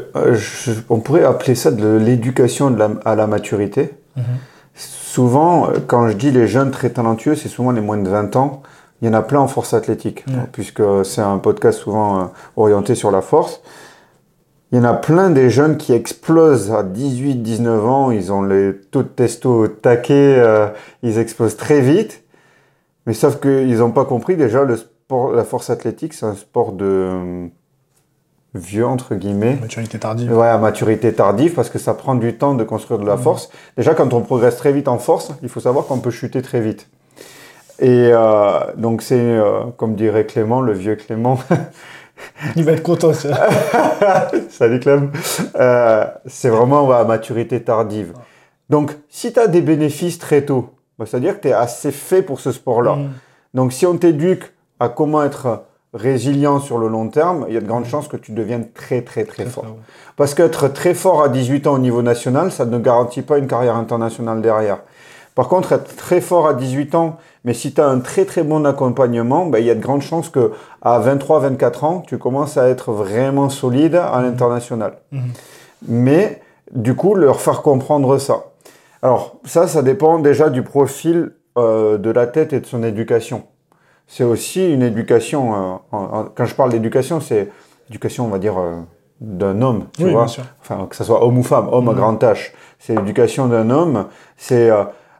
on pourrait appeler ça de l'éducation à la maturité. Souvent, quand je dis les jeunes très talentueux, c'est souvent les moins de 20 ans. Il y en a plein en force athlétique, puisque c'est un podcast souvent orienté sur la force. Il y en a plein des jeunes qui explosent à 18, 19 ans. Ils ont les taux de testo au taquet, ils explosent très vite. Mais sauf qu'ils n'ont pas compris, déjà, la force athlétique, c'est un sport de vieux, entre guillemets. Maturité tardive. Ouais, à maturité tardive, parce que ça prend du temps de construire de la force. Déjà, quand on progresse très vite en force, il faut savoir qu'on peut chuter très vite. Et donc, c'est, comme dirait Clément, le vieux Clément. Il va être content, ça. Salut Clem. C'est vraiment à maturité tardive. Donc, si tu as des bénéfices très tôt, c'est-à-dire que tu es assez fait pour ce sport-là. Donc, si on t'éduque à comment être résilient sur le long terme, il y a de grandes chances que tu deviennes très, très, très fort. Parce qu'être très fort à 18 ans au niveau national, ça ne garantit pas une carrière internationale derrière. Par contre, être très fort à 18 ans, mais si tu as un très très bon accompagnement, il y a de grandes chances qu'à 23-24 ans, tu commences à être vraiment solide à l'international. Mais du coup, leur faire comprendre ça. Alors ça dépend déjà du profil de l'athlète et de son éducation. C'est aussi une éducation, quand je parle d'éducation, c'est l'éducation, on va dire, d'un homme, tu vois. Bien sûr. Enfin, que ce soit homme ou femme, homme à grand H. C'est l'éducation d'un homme, c'est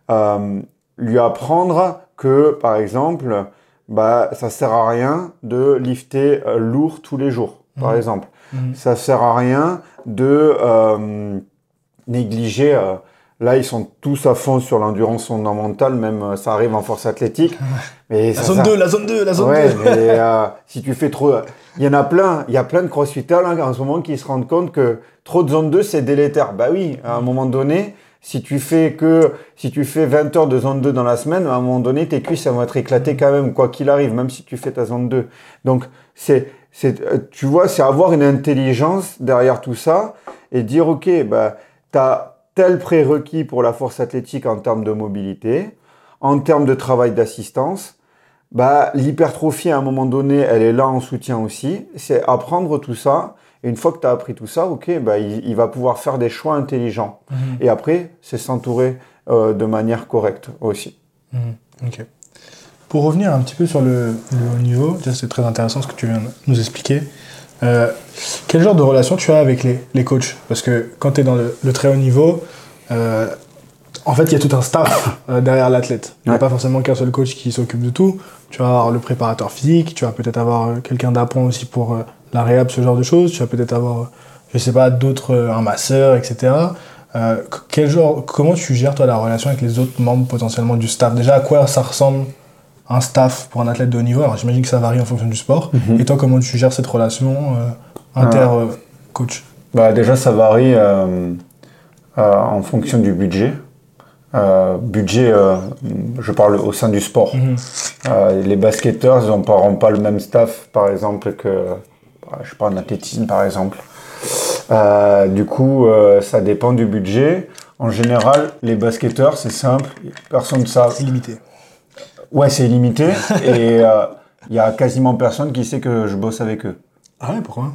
lui apprendre que, par exemple, ça sert à rien de lifter lourd tous les jours, par exemple. Ça sert à rien de négliger. Là, ils sont tous à fond sur l'endurance fondamentale, même ça arrive en force athlétique. Mais la zone 2. Ouais, mais si tu fais trop... Il y en a plein, il y a plein de crossfitters là, en ce moment qui se rendent compte que trop de zone 2, c'est délétère. Bah oui, à un moment donné, si tu fais 20 heures de zone 2 dans la semaine, à un moment donné, tes cuisses elles vont être éclatées quand même, quoi qu'il arrive, même si tu fais ta zone 2. Donc, tu vois, c'est avoir une intelligence derrière tout ça et dire, ok, t'as tel prérequis pour la force athlétique en termes de mobilité, en termes de travail d'assistance. L'hypertrophie, à un moment donné, elle est là en soutien aussi. C'est apprendre tout ça. Et une fois que tu as appris tout ça, il va pouvoir faire des choix intelligents. Et après, c'est s'entourer de manière correcte aussi. Ok. Pour revenir un petit peu sur le haut niveau, c'est très intéressant ce que tu viens de nous expliquer. Quel genre de relation tu as avec les coachs? Parce que quand tu es dans le très haut niveau, en fait, il y a tout un staff derrière l'athlète. Il n'y a pas forcément qu'un seul coach qui s'occupe de tout. Tu vas avoir le préparateur physique, tu vas peut-être avoir quelqu'un d'appoint aussi pour la réhab, ce genre de choses. Tu vas peut-être avoir, je sais pas, un masseur, etc. Comment tu gères, toi, la relation avec les autres membres potentiellement du staff? Déjà, à quoi ça ressemble un staff pour un athlète de haut niveau? Alors, j'imagine que ça varie en fonction du sport. Et toi, comment tu gères cette relation inter-coach? Déjà, ça varie en fonction du budget. Je parle au sein du sport. Les basketteurs, ils n'auront pas le même staff, par exemple, que, je sais pas, en athlétisme, par exemple. Du coup, ça dépend du budget. En général, les basketteurs, c'est simple, personne ne sait. C'est limité. Ouais, c'est illimité. Et il y a quasiment personne qui sait que je bosse avec eux. Ah ouais, pourquoi?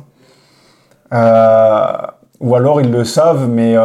Ou alors ils le savent, mais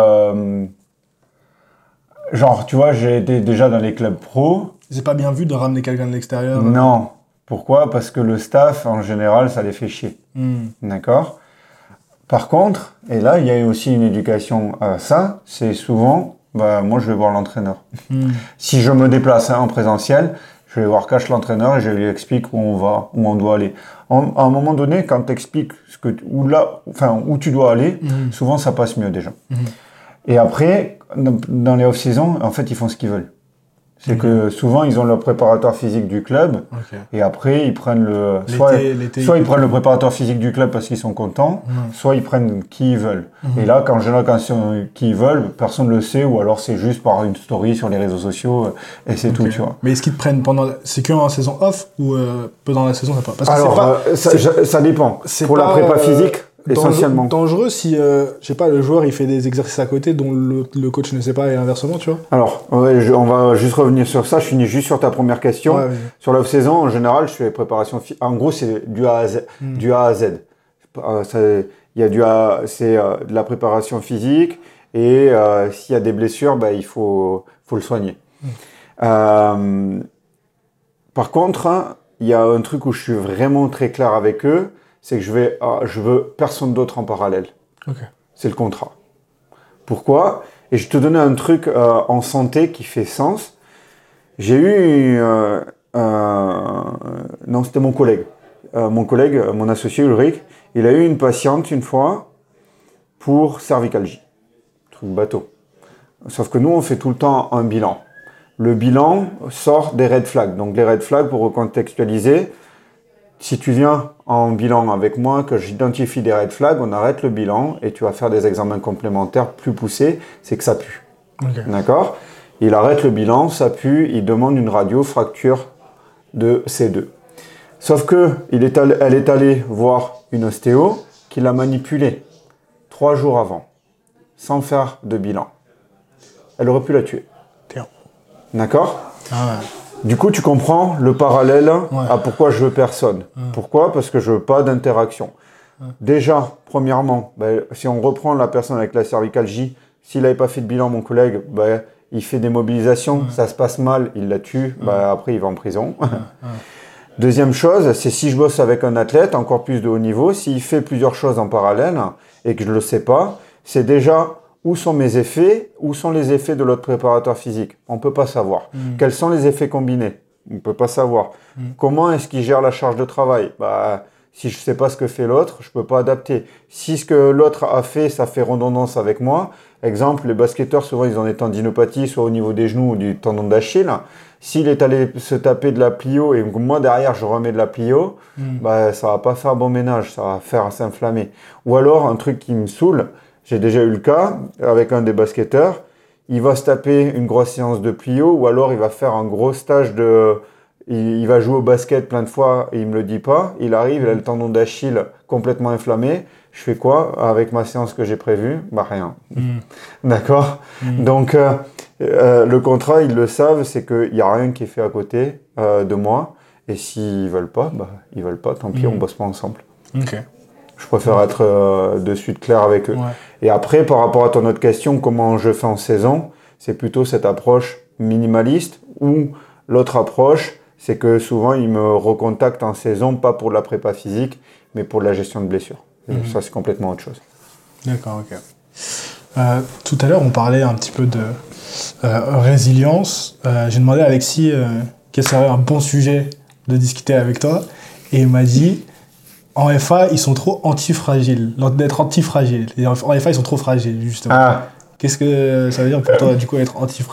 genre, tu vois, j'ai été déjà dans les clubs pro. C'est pas bien vu de ramener quelqu'un de l'extérieur? Non. Pourquoi? Parce que le staff, en général, ça les fait chier. D'accord? Par contre, et là, il y a aussi une éducation à ça, c'est souvent, moi, je vais voir l'entraîneur. Si je me déplace en présentiel, je vais voir Cash l'entraîneur et je lui explique où on va, où on doit aller. À un moment donné, quand tu expliques où tu dois aller, souvent ça passe mieux déjà. Et après, dans les off-season, en fait, ils font ce qu'ils veulent. C'est que souvent, ils ont le préparateur physique du club. Et après, ils prennent soit ils prennent le préparateur physique du club parce qu'ils sont contents, soit ils prennent qui ils veulent. Et là, quand c'est qui ils veulent, personne ne le sait, ou alors c'est juste par une story sur les réseaux sociaux, et c'est tout, tu vois. Mais est-ce qu'ils te prennent c'est que en saison off, ou pendant la saison, ça peut? Parce que alors, ça dépend. Pour la prépa physique, essentiellement. Dangereux si, je sais pas, le joueur il fait des exercices à côté dont le coach ne sait pas et inversement, tu vois. Alors, on va juste revenir sur ça. Je finis juste sur ta première question. Ouais. Sur l'off-saison, en général, je fais préparation. En gros, c'est du A à Z. Il c'est de la préparation physique et s'il y a des blessures, il faut le soigner. Par contre, il y a un truc où je suis vraiment très clair avec eux, c'est que je veux personne d'autre en parallèle. Okay. C'est le contrat. Pourquoi ? Et je te donnais un truc en santé qui fait sens. J'ai eu... non, c'était mon collègue. Mon associé Ulrich, il a eu une patiente une fois pour cervicalgie. Truc bateau. Sauf que nous, on fait tout le temps un bilan. Le bilan sort des red flags. Donc les red flags, pour recontextualiser, si tu viens en bilan avec moi, que j'identifie des red flags, on arrête le bilan et tu vas faire des examens complémentaires plus poussés, c'est que ça pue. Okay. D'accord ? Il arrête le bilan, ça pue, il demande une radio fracture de C2. Sauf que elle est allée voir une ostéo qui l'a manipulée 3 jours avant, sans faire de bilan. Elle aurait pu la tuer. Tiens. D'accord ? Ah ouais. Du coup, tu comprends le parallèle à pourquoi je veux personne. Pourquoi ? Parce que je veux pas d'interaction. Déjà, premièrement, si on reprend la personne avec la cervicalgie, s'il n'avait pas fait de bilan, mon collègue, il fait des mobilisations, ça se passe mal, il la tue, après il va en prison. Deuxième chose, c'est si je bosse avec un athlète, encore plus de haut niveau, s'il fait plusieurs choses en parallèle et que je ne le sais pas, c'est déjà où sont mes effets, où sont les effets de l'autre préparateur physique. On ne peut pas savoir. Quels sont les effets combinés ? On ne peut pas savoir. Comment est-ce qu'il gère la charge de travail ? Si je ne sais pas ce que fait l'autre, je ne peux pas adapter. Si ce que l'autre a fait, ça fait redondance avec moi, exemple, les basketteurs, souvent, ils ont des tendinopathies, soit au niveau des genoux ou du tendon d'Achille. S'il est allé se taper de la plio et moi, derrière, je remets de la plio, ça va pas faire bon ménage, ça va faire s'inflammer. Ou alors, un truc qui me saoule, j'ai déjà eu le cas avec un des basketteurs, il va se taper une grosse séance de plio ou alors il va faire un gros stage il va jouer au basket plein de fois et il me le dit pas. Il arrive, il a le tendon d'Achille complètement inflammé. Je fais quoi avec ma séance que j'ai prévue ? Rien. D'accord ? Donc, le contrat, ils le savent, c'est qu'il n'y a rien qui est fait à côté de moi. Et s'ils veulent pas, ils veulent pas. Tant pis, on bosse pas ensemble. Okay. Je préfère être de suite clair avec eux. Ouais. Et après, par rapport à ton autre question, comment je fais en saison, c'est plutôt cette approche minimaliste ou l'autre approche, c'est que souvent, ils me recontactent en saison, pas pour la prépa physique, mais pour la gestion de blessures. Ça, c'est complètement autre chose. D'accord, ok. Tout à l'heure, on parlait un petit peu de résilience. J'ai demandé à Alexis quel serait un bon sujet de discuter avec toi. Et il m'a dit, en FA, ils sont trop antifragiles. D'être antifragiles. En FA, ils sont trop fragiles, justement. Ah. Qu'est-ce que ça veut dire pour toi, du coup, être antifragile ?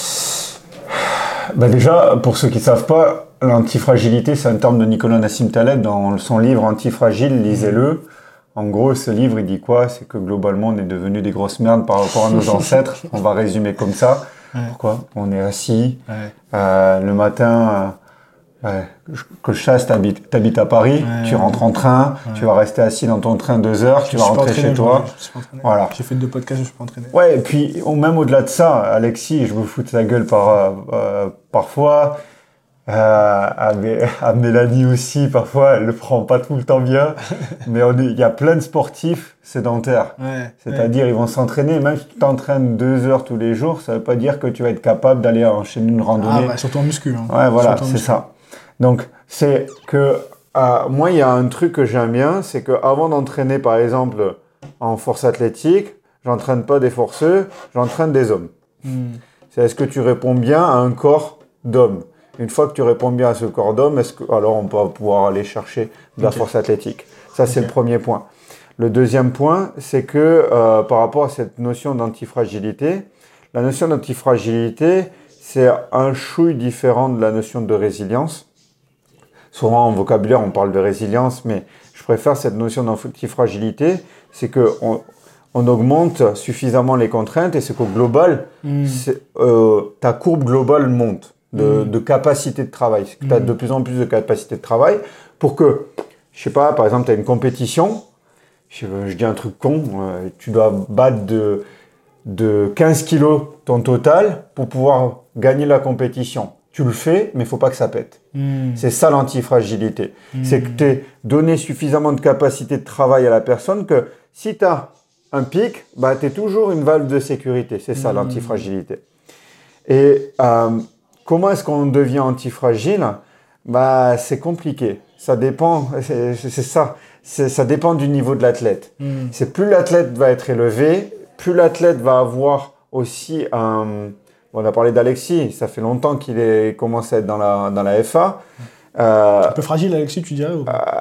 Déjà, pour ceux qui ne savent pas, l'antifragilité, c'est un terme de Nicolas Nassim Taleb dans son livre Antifragile, lisez-le. En gros, ce livre, il dit quoi ? C'est que globalement, on est devenu des grosses merdes par rapport à nos ancêtres. On va résumer comme ça. Ouais. Pourquoi ? On est assis. Le matin, que je chasse, t'habites à Paris, tu rentres en train, tu vas rester assis dans ton train 2 heures, tu vas rentrer chez toi. Voilà. J'ai fait 2 podcasts, je suis pas entraîné. Ouais, et puis même au-delà de ça, Alexis, je me fous de sa gueule parfois. À Mélanie aussi, parfois, elle le prend pas tout le temps bien. Mais il y a plein de sportifs sédentaires. C'est-à-dire, ils vont s'entraîner. Même si tu t'entraînes 2 heures tous les jours, ça veut pas dire que tu vas être capable d'aller enchaîner une randonnée. Surtout en muscu. Ouais, voilà, c'est ça. Donc, c'est que moi, il y a un truc que j'aime bien, c'est qu'avant d'entraîner, par exemple, en force athlétique, j'entraîne pas des forceux, j'entraîne des hommes. C'est est-ce que tu réponds bien à un corps d'homme ? Une fois que tu réponds bien à ce corps d'homme, alors on va pouvoir aller chercher de la force athlétique. Ça, c'est le premier point. Le deuxième point, c'est que par rapport à cette notion d'antifragilité, la notion d'antifragilité, c'est un chouille différent de la notion de résilience. Souvent, en vocabulaire, on parle de résilience, mais je préfère cette notion d'antifragilité, c'est qu'on augmente suffisamment les contraintes et c'est qu'au global, ta courbe globale monte. De capacité de travail. Tu as de plus en plus de capacité de travail pour que, je sais pas, par exemple, tu as une compétition, je dis un truc con, tu dois battre de 15 kilos ton total pour pouvoir gagner la compétition. tu le fais, mais il ne faut pas que ça pète. C'est ça l'antifragilité. C'est que tu aies donné suffisamment de capacité de travail à la personne que si tu as un pic, bah, tu es toujours une valve de sécurité. C'est ça l'antifragilité. Et comment est-ce qu'on devient antifragile? Bah, c'est compliqué. Ça dépend, c'est ça. Ça dépend du niveau de l'athlète. C'est plus l'athlète va être élevé, plus l'athlète va avoir aussi un... On a parlé d'Alexis, ça fait longtemps qu'il commence à être dans la FA. Un peu fragile, Alexis, tu dirais ou pas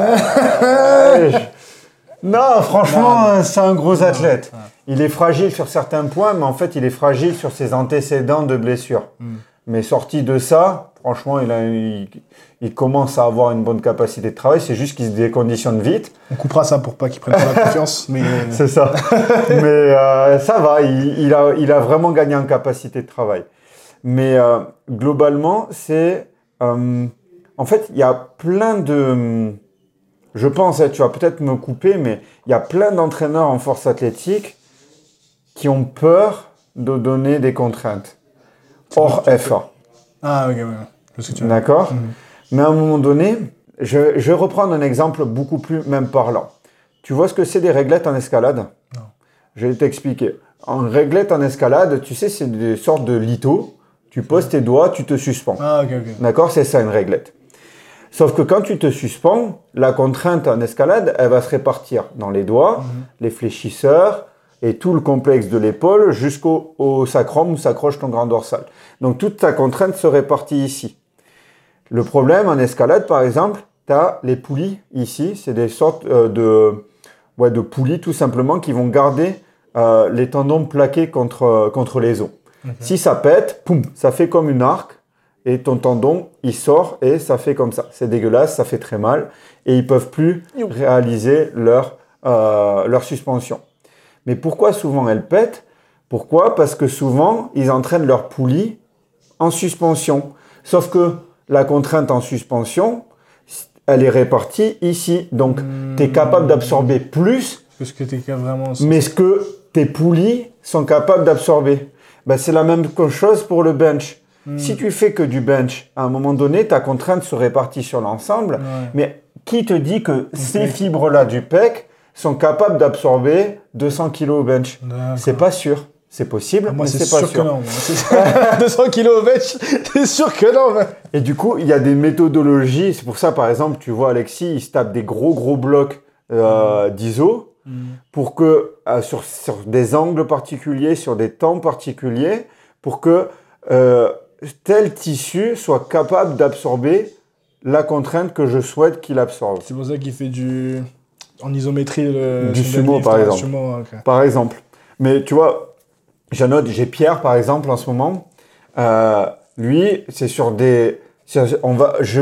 Non, franchement, c'est un gros athlète. Il est fragile sur certains points, mais en fait, il est fragile sur ses antécédents de blessures. Mais sorti de ça, franchement, il commence à avoir une bonne capacité de travail. C'est juste qu'il se déconditionne vite. On coupera ça pour pas qu'il prenne pas la confiance. Mais... C'est ça. Mais ça va, il a vraiment gagné en capacité de travail. Mais globalement, c'est... en fait, il y a plein de... Je pense, tu vas peut-être me couper, mais il y a plein d'entraîneurs en force athlétique qui ont peur de donner des contraintes. Hors FA. Ah, ok, ouais. Je sais que tu veux. D'accord. Mais à un moment donné, je vais reprendre un exemple beaucoup plus même parlant. Tu vois ce que c'est des réglettes en escalade? Non. Je vais t'expliquer. En réglette en escalade, tu sais, c'est des sortes de lithos. Tu poses tes doigts, tu te suspends. Ah, ok. D'accord? C'est ça une réglette. Sauf que quand tu te suspends, la contrainte en escalade, elle va se répartir dans les doigts, les fléchisseurs, et tout le complexe de l'épaule jusqu'au sacrum où s'accroche ton grand dorsal. Donc toute ta contrainte se répartit ici. Le problème en escalade, par exemple, tu as les poulies ici. C'est des sortes de poulies tout simplement qui vont garder les tendons plaqués contre les os. Okay. Si ça pète, poum, ça fait comme une arc et ton tendon, il sort et ça fait comme ça. C'est dégueulasse, ça fait très mal et ils ne peuvent plus réaliser leur suspension. Mais pourquoi souvent elles pètent? Pourquoi? Parce que souvent, ils entraînent leur poulie en suspension. Sauf que la contrainte en suspension, elle est répartie ici. Donc, tu es capable d'absorber plus que ce que tu es vraiment... mais ce que tes poulies sont capables d'absorber. Ben, c'est la même chose pour le bench. Si tu fais que du bench, à un moment donné, ta contrainte se répartit sur l'ensemble. Mais qui te dit que ces fibres-là du pec sont capables d'absorber 200 kg au bench? C'est pas sûr. C'est possible, moi, mais c'est pas sûr. Que non. 200 kg au bench, c'est sûr que non. Et du coup, il y a des méthodologies. C'est pour ça, par exemple, tu vois Alexis, il se tape des gros blocs d'iso pour que, sur des angles particuliers, sur des temps particuliers, pour que tel tissu soit capable d'absorber la contrainte que je souhaite qu'il absorbe. C'est pour ça qu'il fait en isométrie du sumo, par exemple. Par exemple. Mais tu vois, j'ai Pierre, par exemple, en ce moment. Lui, c'est sur des... je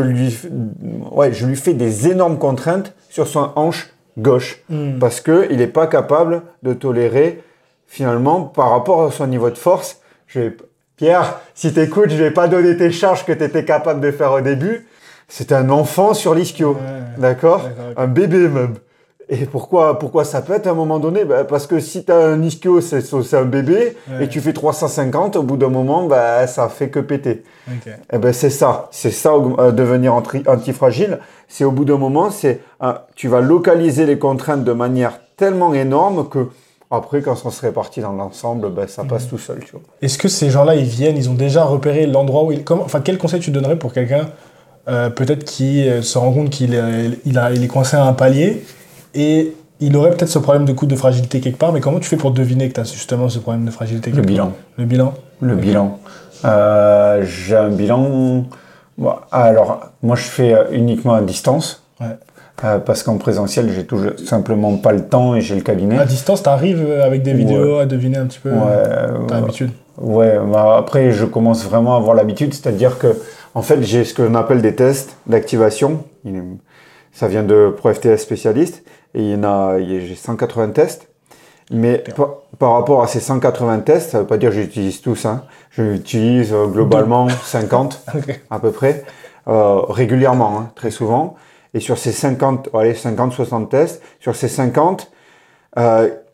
lui fais des énormes contraintes sur son hanche gauche. Parce qu'il n'est pas capable de tolérer, finalement, par rapport à son niveau de force. Pierre, si tu écoutes, je ne vais pas donner tes charges que tu étais capable de faire au début. C'est un enfant sur l'ischio. D'accord. Un bébé même. Et pourquoi ça pète à un moment donné? Parce que si tu as un ischio, c'est un bébé, et tu fais 350, au bout d'un moment, ça fait que péter. Et c'est ça. C'est ça, devenir antifragile. C'est au bout d'un moment, tu vas localiser les contraintes de manière tellement énorme que après, quand on se répartit dans l'ensemble, ça passe tout seul. Tu vois. Est-ce que ces gens-là, ils ont déjà repéré l'endroit où quel conseil tu donnerais pour quelqu'un peut-être qui se rend compte qu'il est coincé à un palier et il aurait peut-être ce problème de coup de fragilité quelque part, mais comment tu fais pour deviner que tu as justement ce problème de fragilité quelque part? Le bilan. J'ai un bilan... Bon, alors, moi, je fais uniquement à distance. Parce qu'en présentiel, j'ai tout simplement pas le temps et j'ai le cabinet. À distance, t'arrives avec des vidéos à deviner un petit peu? T'as l'habitude? Ouais, après, je commence vraiment à avoir l'habitude, c'est-à-dire que, en fait, j'ai ce qu'on appelle des tests d'activation. Ça vient de ProFTS spécialiste et j'ai 180 tests. Mais par rapport à ces 180 tests, ça veut pas dire que j'utilise tous. J'utilise globalement 50 à peu près, régulièrement, très souvent. Et sur ces 50, 60 tests, sur ces 50,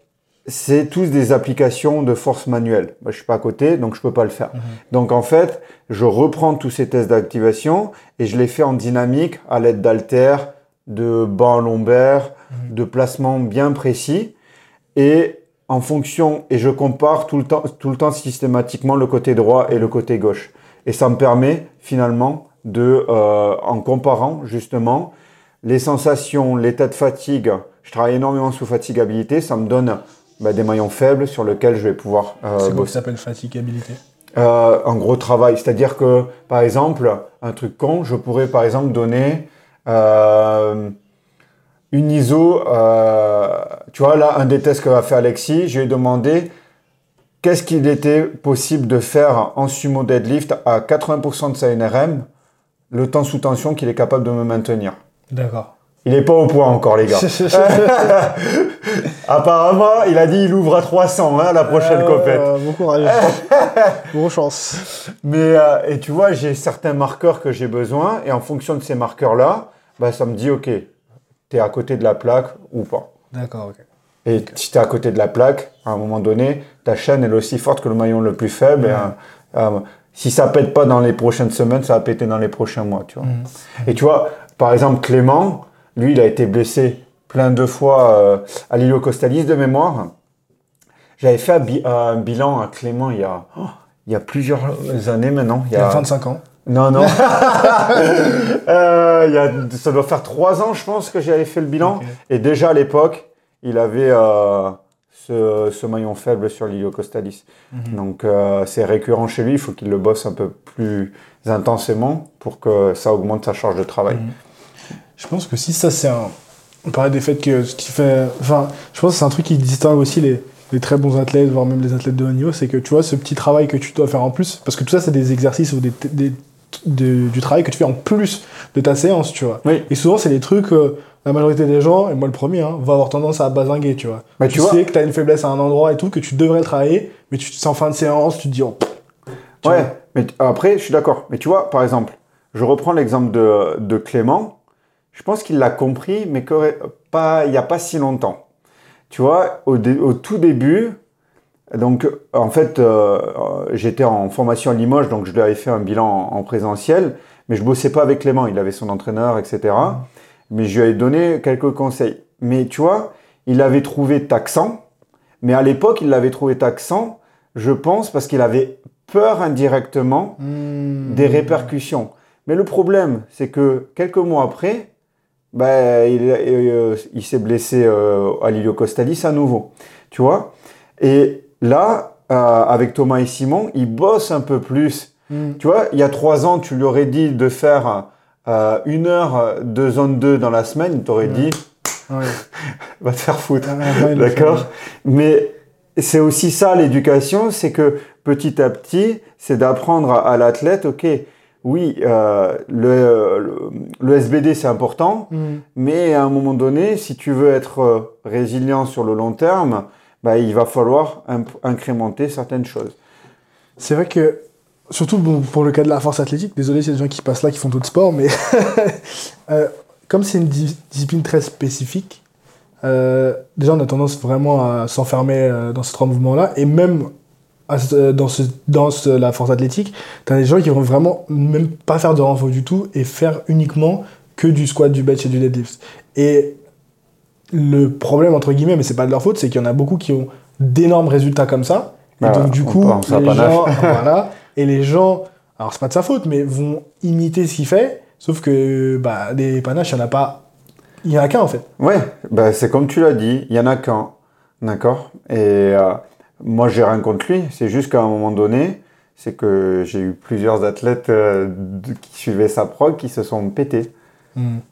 c'est tous des applications de force manuelle. Moi, je suis pas à côté, donc je peux pas le faire. Donc en fait, je reprends tous ces tests d'activation et je les fais en dynamique à l'aide d'haltères, de bancs lombaires, de placements bien précis. Et en fonction, et je compare tout le temps systématiquement le côté droit et le côté gauche. Et ça me permet finalement en comparant justement les sensations, l'état de fatigue. Je travaille énormément sous fatigabilité, ça me donne des maillons faibles sur lesquels je vais pouvoir c'est quoi qui s'appelle fatigabilité? Un gros travail. C'est-à-dire que, par exemple, un truc con, je pourrais par exemple donner une ISO. Tu vois, là, un des tests que va faire Alexis, je lui ai demandé qu'est-ce qu'il était possible de faire en sumo deadlift à 80% de sa NRM, le temps sous tension qu'il est capable de me maintenir. D'accord. Il n'est pas au point encore, les gars. Apparemment, il a dit il ouvre à 300 la prochaine compète. Bon courage. Bonne chance. Mais, et tu vois, j'ai certains marqueurs que j'ai besoin, et en fonction de ces marqueurs-là, ça me dit, OK, tu es à côté de la plaque ou pas. D'accord, OK. Et si tu es à côté de la plaque, à un moment donné, ta chaîne est aussi forte que le maillon le plus faible. Et, si ça pète pas dans les prochaines semaines, ça va péter dans les prochains mois, tu vois. Et tu vois, par exemple, Clément, lui, il a été blessé plein de fois à l'iliocostalis de mémoire. J'avais fait un bilan à Clément il y a plusieurs années maintenant. Il y a 25 ans. Non. Ça doit faire 3 ans, je pense, que j'avais fait le bilan. Okay. Et déjà à l'époque, il avait ce maillon faible sur l'iliocostalis. Donc c'est récurrent chez lui, il faut qu'il le bosse un peu plus intensément pour que ça augmente sa charge de travail. Je pense que si ça c'est on parlait des faits que ce qui fait... Enfin, je pense que c'est un truc qui distingue aussi les très bons athlètes, voire même les athlètes de haut niveau, c'est que tu vois, ce petit travail que tu dois faire en plus, parce que tout ça c'est des exercices ou du travail que tu fais en plus de ta séance, tu vois. Oui. Et souvent c'est des trucs... la majorité des gens, et moi le premier, va avoir tendance à bazinguer, tu vois. Tu sais que tu as une faiblesse à un endroit et tout, que tu devrais le travailler, mais c'est en fin de séance, tu te dis... Ouais, mais après, je suis d'accord. Mais tu vois, par exemple, je reprends l'exemple de Clément. Je pense qu'il l'a compris, mais il n'y a pas si longtemps. Tu vois, au tout début, donc en fait, j'étais en formation à Limoges, donc je lui avais fait un bilan en présentiel, mais je bossais pas avec Clément, il avait son entraîneur, etc. Mais je lui avais donné quelques conseils. Mais tu vois, il avait trouvé taxant, mais à l'époque, il l'avait trouvé taxant, je pense, parce qu'il avait peur indirectement des répercussions. Mais le problème, c'est que quelques mois après, il s'est blessé à l'iliocostalis à nouveau. Tu vois ? Et là, avec Thomas et Simon, ils bossent un peu plus. Tu vois, il y a 3 ans, tu lui aurais dit de faire 1 heure de zone 2 dans la semaine, il t'aurait dit va te faire foutre. D'accord ? Mais c'est aussi ça l'éducation, c'est que petit à petit, c'est d'apprendre à l'athlète, ok, oui, le SBD c'est important, mais à un moment donné, si tu veux être résilient sur le long terme, il va falloir incrémenter certaines choses. C'est vrai que, surtout pour le cas de la force athlétique, désolé s'il y a des gens qui passent là, qui font d'autres sports, mais comme c'est une discipline très spécifique, déjà on a tendance vraiment à s'enfermer dans ces 3 mouvements-là, et même dans la force athlétique, t'as des gens qui vont vraiment même pas faire de renfort du tout et faire uniquement que du squat, du bench et du deadlift. Et le problème, entre guillemets, mais c'est pas de leur faute, c'est qu'il y en a beaucoup qui ont d'énormes résultats comme ça. Et donc du coup, les gens, et les gens, alors c'est pas de sa faute, mais vont imiter ce qu'il fait, sauf que des panaches, il y en a qu'un en fait. Ouais, c'est comme tu l'as dit, il y en a qu'un, d'accord. Et moi, j'ai rien contre lui. C'est juste qu'à un moment donné, c'est que j'ai eu plusieurs athlètes qui suivaient sa prog qui se sont pétés. Pourquoi ?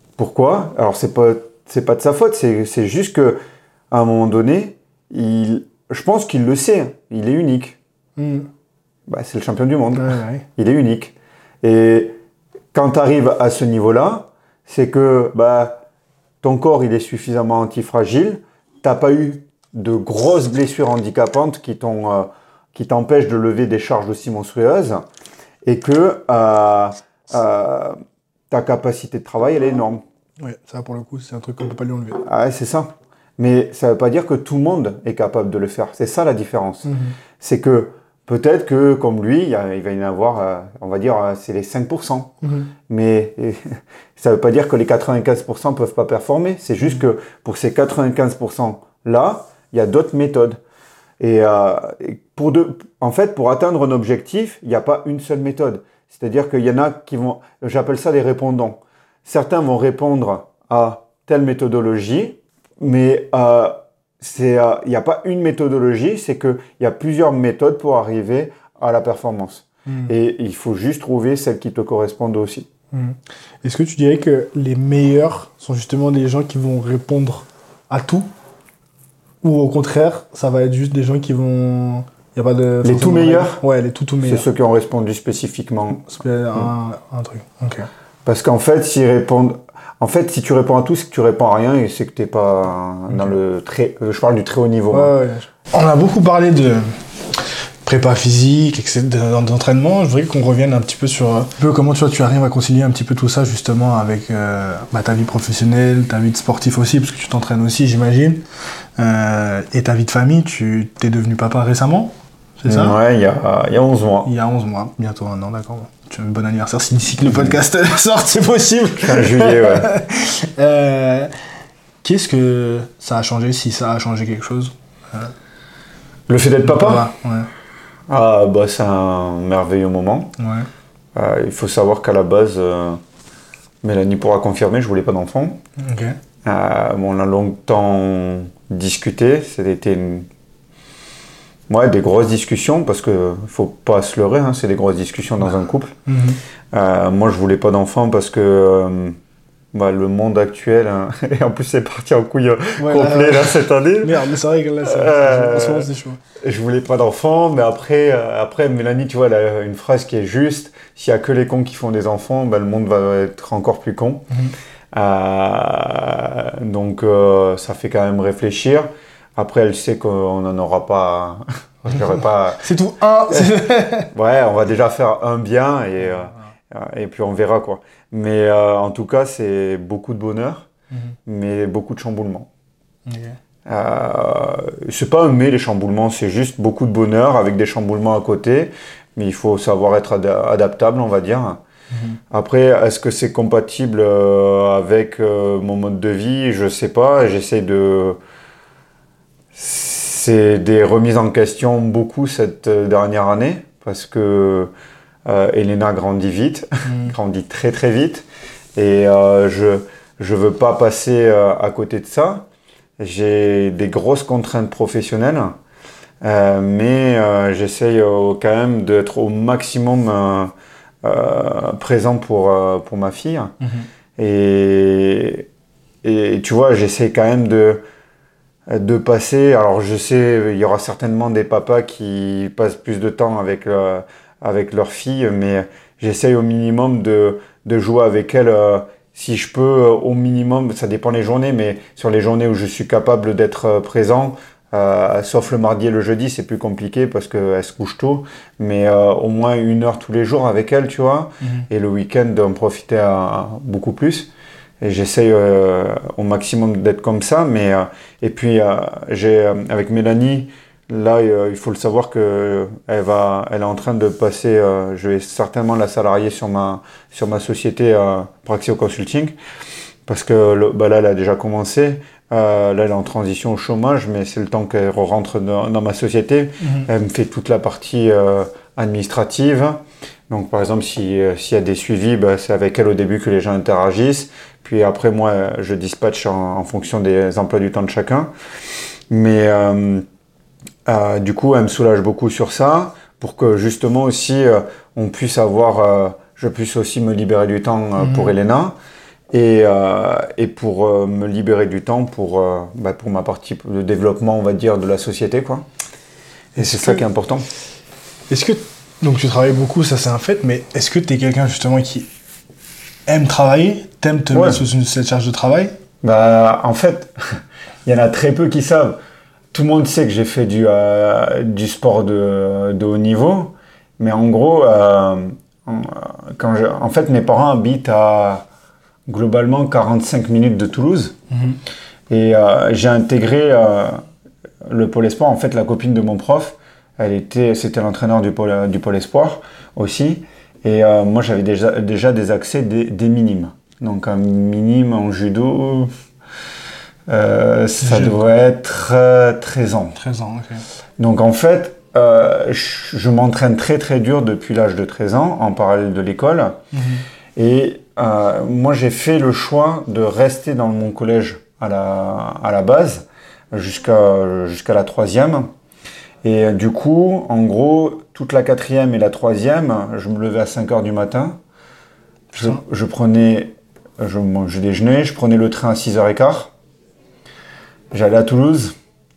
Alors, c'est pas de sa faute. C'est juste que à un moment donné, je pense qu'il le sait. Il est unique. C'est le champion du monde. Ouais. Il est unique. Et quand tu arrives à ce niveau-là, c'est que ton corps, il est suffisamment antifragile. T'as pas eu de grosses blessures handicapantes qui t'empêchent de lever des charges aussi monstrueuses, et que ta capacité de travail, elle est énorme. Ouais, ça pour le coup, c'est un truc qu'on peut pas lui enlever. Ah, c'est ça. Mais ça ne veut pas dire que tout le monde est capable de le faire. C'est ça la différence. C'est que peut-être que, comme lui, il va y en avoir, on va dire, c'est les 5%. Mais ça ne veut pas dire que les 95% ne peuvent pas performer. C'est juste que pour ces 95%-là, il y a d'autres méthodes. Et en fait, pour atteindre un objectif, il n'y a pas une seule méthode. C'est-à-dire qu'il y en a qui vont, j'appelle ça des répondants. Certains vont répondre à telle méthodologie, mais il n'y a pas une méthodologie, c'est qu'il y a plusieurs méthodes pour arriver à la performance. Et il faut juste trouver celle qui te corresponde aussi. Est-ce que tu dirais que les meilleurs sont justement des gens qui vont répondre à tout? Ou au contraire, ça va être juste des gens qui vont... Y a pas de les tout meilleurs? Ouais, les tout meilleurs. C'est ceux qui ont répondu spécifiquement. Un truc, ok. Parce qu'en fait, si tu réponds à tout, c'est que tu réponds à rien et c'est que t'es pas dans le très... Je parle du très haut niveau. Ouais. On a beaucoup parlé de prépa physique, etc., d'entraînement. Je voudrais qu'on revienne un petit peu sur un peu comment tu arrives à concilier un petit peu tout ça justement avec ta vie professionnelle, ta vie de sportif aussi, parce que tu t'entraînes aussi, j'imagine, et ta vie de famille. Tu t'es devenu papa récemment, c'est ça? Ouais, il y a 11 mois. Il y a 11 mois, bientôt un an, d'accord. Tu as un bon anniversaire, si d'ici que le podcast sort, c'est possible. Fin juillet, ouais. Qu'est-ce que ça a changé, si ça a changé quelque chose? Le fait d'être papa? Ouais. Ah, bah, c'est un merveilleux moment. Ouais. Il faut savoir qu'à la base, Mélanie pourra confirmer, je voulais pas d'enfant. Ok. On a longtemps discuté. C'était des grosses discussions, parce que faut pas se leurrer, hein, c'est des grosses discussions dans un couple. Moi, je voulais pas d'enfant parce que le monde actuel, hein, et en plus c'est parti en couille complet là cette année. Merde, mais c'est vrai que là, c'est chaud. Je voulais pas d'enfant, mais après Mélanie, tu vois, elle a une phrase qui est juste: s'il y a que les cons qui font des enfants, le monde va être encore plus con. Donc ça fait quand même réfléchir. Après, elle sait qu'on n'en aura pas. C'est tout Ouais, on va déjà faire un bien et puis on verra quoi. Mais en tout cas, c'est beaucoup de bonheur, mais beaucoup de chamboulements. C'est pas un les chamboulements, c'est juste beaucoup de bonheur avec des chamboulements à côté, mais il faut savoir être adaptable, on va dire. Après, est-ce que c'est compatible avec mon mode de vie? Je sais pas, c'est des remises en question beaucoup cette dernière année, parce que Elena grandit vite, grandit très très vite, et je veux pas passer à côté de ça. J'ai des grosses contraintes professionnelles, mais j'essaye quand même d'être au maximum présent pour ma fille. Et tu vois, j'essaie quand même de passer. Alors je sais, il y aura certainement des papas qui passent plus de temps avec leur fille, mais j'essaye au minimum de jouer avec elle. Si je peux, au minimum, ça dépend des journées, mais sur les journées où je suis capable d'être présent, sauf le mardi et le jeudi, c'est plus compliqué parce qu'elle se couche tôt, mais au moins 1 heure tous les jours avec elle, tu vois, et le week-end d'en profiter beaucoup plus. Et j'essaye au maximum d'être comme ça, mais et puis avec Mélanie, là il faut le savoir que elle est en train de passer, je vais certainement la salarier sur ma société Praxio Consulting, parce que là elle a déjà commencé. Là, elle est en transition au chômage, mais c'est le temps qu'elle rentre dans ma société. Elle me fait toute la partie administrative. Donc, par exemple, s'il y a des suivis, c'est avec elle au début que les gens interagissent. Puis après, moi, je dispatche en fonction des emplois du temps de chacun. Mais du coup, elle me soulage beaucoup sur ça, pour que justement aussi, on puisse je puisse aussi me libérer du temps pour Elena. Et pour me libérer du temps pour ma partie de développement, on va dire, de la société, quoi. Et c'est ça qui est important. Est-ce que, donc tu travailles beaucoup, ça c'est un fait, mais est-ce que tu es quelqu'un justement qui aime travailler, t'aimes te mettre sous cette charge de travail? En fait, il y en a très peu qui savent. Tout le monde sait que j'ai fait du sport de haut niveau, mais en gros, en fait, mes parents habitent à globalement 45 minutes de Toulouse. Et j'ai intégré le pôle espoir. En fait, la copine de mon prof, c'était l'entraîneur du pôle espoir aussi. Et moi, j'avais déjà des accès des minimes. Donc, un minime en judo, ça devrait être 13 ans. 13 ans, ok. Donc, en fait, je m'entraîne très, très dur depuis l'âge de 13 ans, en parallèle de l'école. Et moi, j'ai fait le choix de rester dans mon collège à la base jusqu'à la 3e. Et du coup, en gros, toute la 4e et la 3e, je me levais à 5h du matin. Je déjeunais, je prenais le train à 6h15. J'allais à Toulouse.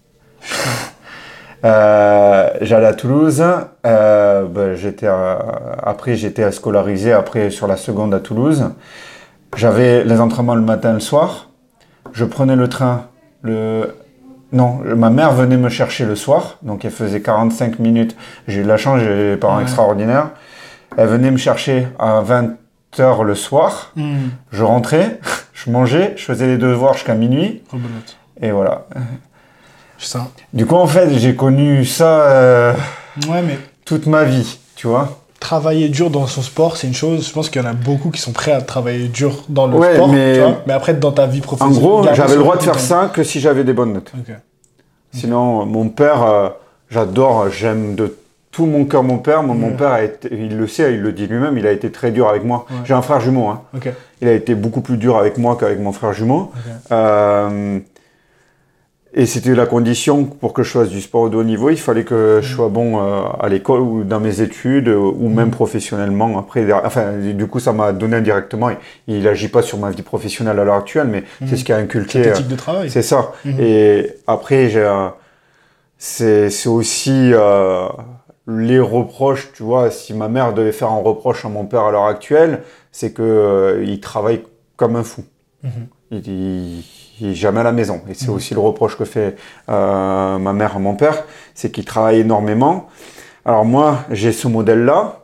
Après, j'étais scolarisé après sur la seconde à Toulouse. J'avais les entraînements le matin et le soir. Je prenais le train. Non, ma mère venait me chercher le soir, donc elle faisait 45 minutes. J'ai eu de la chance, j'ai des parents extraordinaires. Elle venait me chercher à 20h le soir. Je rentrais, je mangeais, je faisais les devoirs jusqu'à minuit. Rebelote. Et voilà. Ça. Du coup, en fait, j'ai connu ça mais toute ma vie, tu vois. Travailler dur dans son sport, c'est une chose. Je pense qu'il y en a beaucoup qui sont prêts à travailler dur dans le sport, mais... tu vois. Mais après, dans ta vie En professionnelle... gros, j'avais le droit de faire ça que si j'avais des bonnes notes. Okay. Sinon, mon père, j'aime de tout mon cœur mon père. Mon père, il le sait, il le dit lui-même, il a été très dur avec moi. J'ai un frère jumeau. Hein. Okay. Il a été beaucoup plus dur avec moi qu'avec mon frère jumeau. Okay. Et c'était la condition pour que je fasse du sport de haut niveau. Il fallait que je sois bon à l'école ou dans mes études ou même professionnellement. Après, du coup, ça m'a donné indirectement. Il n'agit pas sur ma vie professionnelle à l'heure actuelle, mais c'est ce qui a inculqué. Cette éthique de travail. C'est ça. Et après, c'est aussi les reproches. Tu vois, si ma mère devait faire un reproche à mon père à l'heure actuelle, c'est que il travaille comme un fou. Il n'est jamais à la maison. Et c'est aussi le reproche que fait ma mère à mon père, c'est qu'il travaille énormément. Alors moi, j'ai ce modèle-là.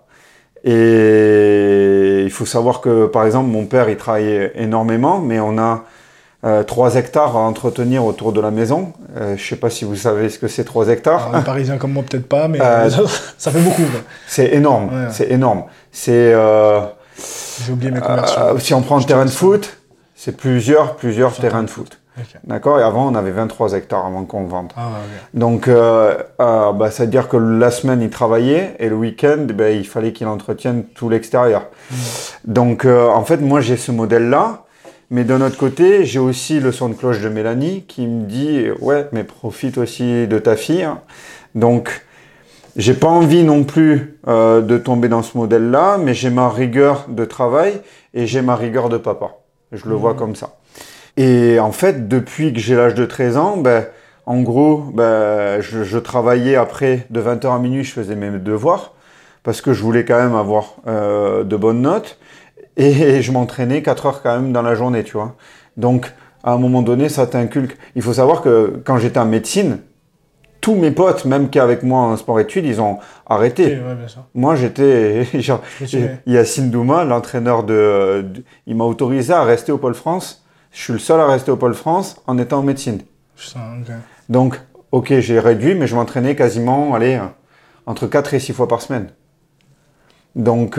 Et il faut savoir que, par exemple, mon père, il travaillait énormément, mais on a 3 hectares à entretenir autour de la maison. Je ne sais pas si vous savez ce que c'est 3 hectares. Alors, les Parisiens comme moi, peut-être pas, mais ça fait beaucoup. C'est énorme. Ouais. C'est énorme. J'ai oublié mes conversions. Si on prend un terrain de foot, c'est plusieurs terrains de foot. Okay. D'accord. Et avant, on avait 23 hectares avant qu'on vende. Okay. Donc, c'est-à-dire que la semaine, il travaillait et le week-end, il fallait qu'il entretienne tout l'extérieur. Donc, en fait, moi, j'ai ce modèle-là. Mais d'un autre côté, j'ai aussi le son de cloche de Mélanie qui me dit « Ouais, mais profite aussi de ta fille. » Donc, j'ai pas envie non plus de tomber dans ce modèle-là, mais j'ai ma rigueur de travail et j'ai ma rigueur de papa. Je le vois comme ça. Et en fait, depuis que j'ai l'âge de 13 ans, en gros, je travaillais après de 20h à minuit, je faisais mes devoirs parce que je voulais quand même avoir de bonnes notes et je m'entraînais 4 heures quand même dans la journée, tu vois. Donc, à un moment donné, ça t'inculque. Il faut savoir que quand j'étais en médecine, tous mes potes, même qu'avec moi en sport-études, ils ont arrêté. Okay, ouais, bien sûr. Moi, j'étais... Yacine Douma, l'entraîneur il m'a autorisé à rester au Pôle France. Je suis le seul à rester au Pôle France en étant en médecine. Okay. Donc, ok, j'ai réduit, mais je m'entraînais quasiment, entre 4 et 6 fois par semaine. Donc,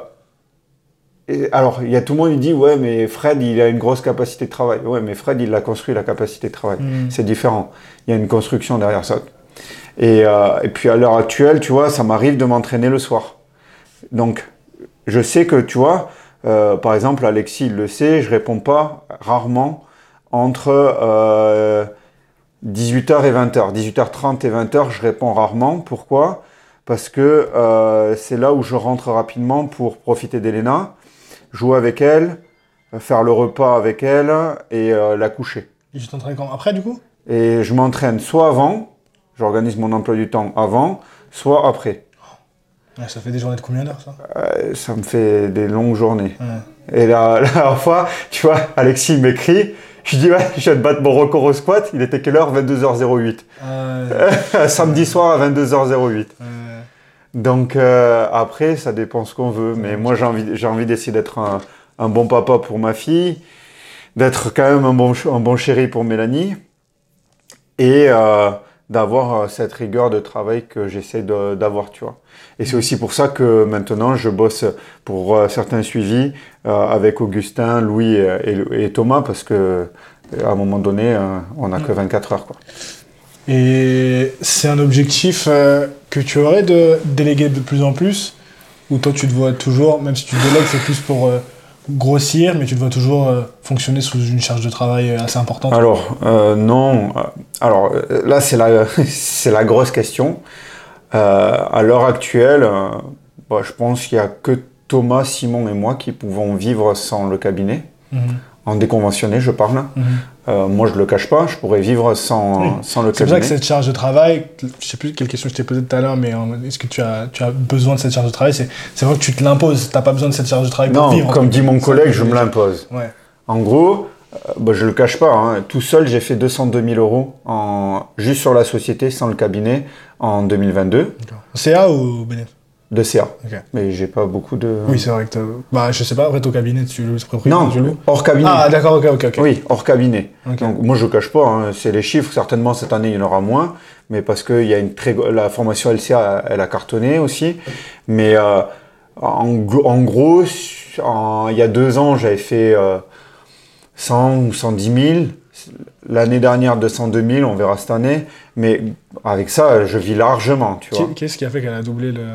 alors, il y a tout le monde qui dit, ouais, mais Fred, il a une grosse capacité de travail. Ouais, mais Fred, il a construit la capacité de travail. C'est différent. Il y a une construction derrière ça. Et puis, à l'heure actuelle, tu vois, ça m'arrive de m'entraîner le soir. Donc, je sais que, tu vois, par exemple, Alexis, il le sait, je réponds pas rarement entre 18h et 20h. 18h30 et 20h, je réponds rarement. Pourquoi ? Parce que c'est là où je rentre rapidement pour profiter d'Elena, jouer avec elle, faire le repas avec elle et la coucher. Et tu t'entraînes quand ? Après, du coup ? Et je m'entraîne soit avant, j'organise mon emploi du temps avant, soit après. Ouais, ça fait des journées de combien d'heures, ça ? Ça me fait des longues journées. Ouais. Et la dernière fois, tu vois, Alexis m'écrit, je dis ouais, je viens de battre mon record au squat, il était quelle heure ? 22h08. Samedi soir à 22h08. Donc après, ça dépend ce qu'on veut. Mais moi, j'ai envie d'essayer d'être un bon papa pour ma fille. d'être quand même un bon chéri pour Mélanie et d'avoir cette rigueur de travail que j'essaie d'avoir, tu vois. Et c'est aussi pour ça que maintenant, je bosse pour certains suivis avec Augustin, Louis et Thomas, parce que à un moment donné, on n'a que 24 heures, quoi. Et c'est un objectif que tu aurais de déléguer de plus en plus, ou toi tu te vois toujours, même si tu délègues, c'est plus pour grossir, mais tu te vois toujours fonctionner sous une charge de travail assez importante? Alors, non. Alors, là, c'est la grosse question. À l'heure actuelle, je pense qu'il n'y a que Thomas, Simon et moi qui pouvons vivre sans le cabinet. En déconventionné, je parle. Moi, je ne le cache pas, je pourrais vivre sans le cabinet. C'est vrai que cette charge de travail, je ne sais plus quelle question je t'ai posée tout à l'heure, mais est-ce que tu as besoin de cette charge de travail? C'est vrai que tu te l'imposes, tu n'as pas besoin de cette charge de travail pour vivre. Non, comme dit mon collègue, je me l'impose. Ouais. En gros, je ne le cache pas, hein, tout seul, j'ai fait 202 000 euros juste sur la société, sans le cabinet, en 2022. CA ou bénéfice? De CA. Okay. Mais j'ai pas beaucoup de... Oui, c'est vrai que je sais pas, après ton cabinet, tu loues ce propriétaire? Non, hors cabinet. Ah, d'accord, ok. Oui, hors cabinet. Okay. Donc, moi, je ne cache pas, hein, c'est les chiffres. Certainement, cette année, il y en aura moins. Mais parce que la formation LCA, elle a cartonné aussi. Mais en gros, il y a 2 ans, j'avais fait 100 ou 110 000. L'année dernière, 202 000, on verra cette année. Mais avec ça, je vis largement, tu vois. Qu'est-ce qui a fait qu'elle a doublé le...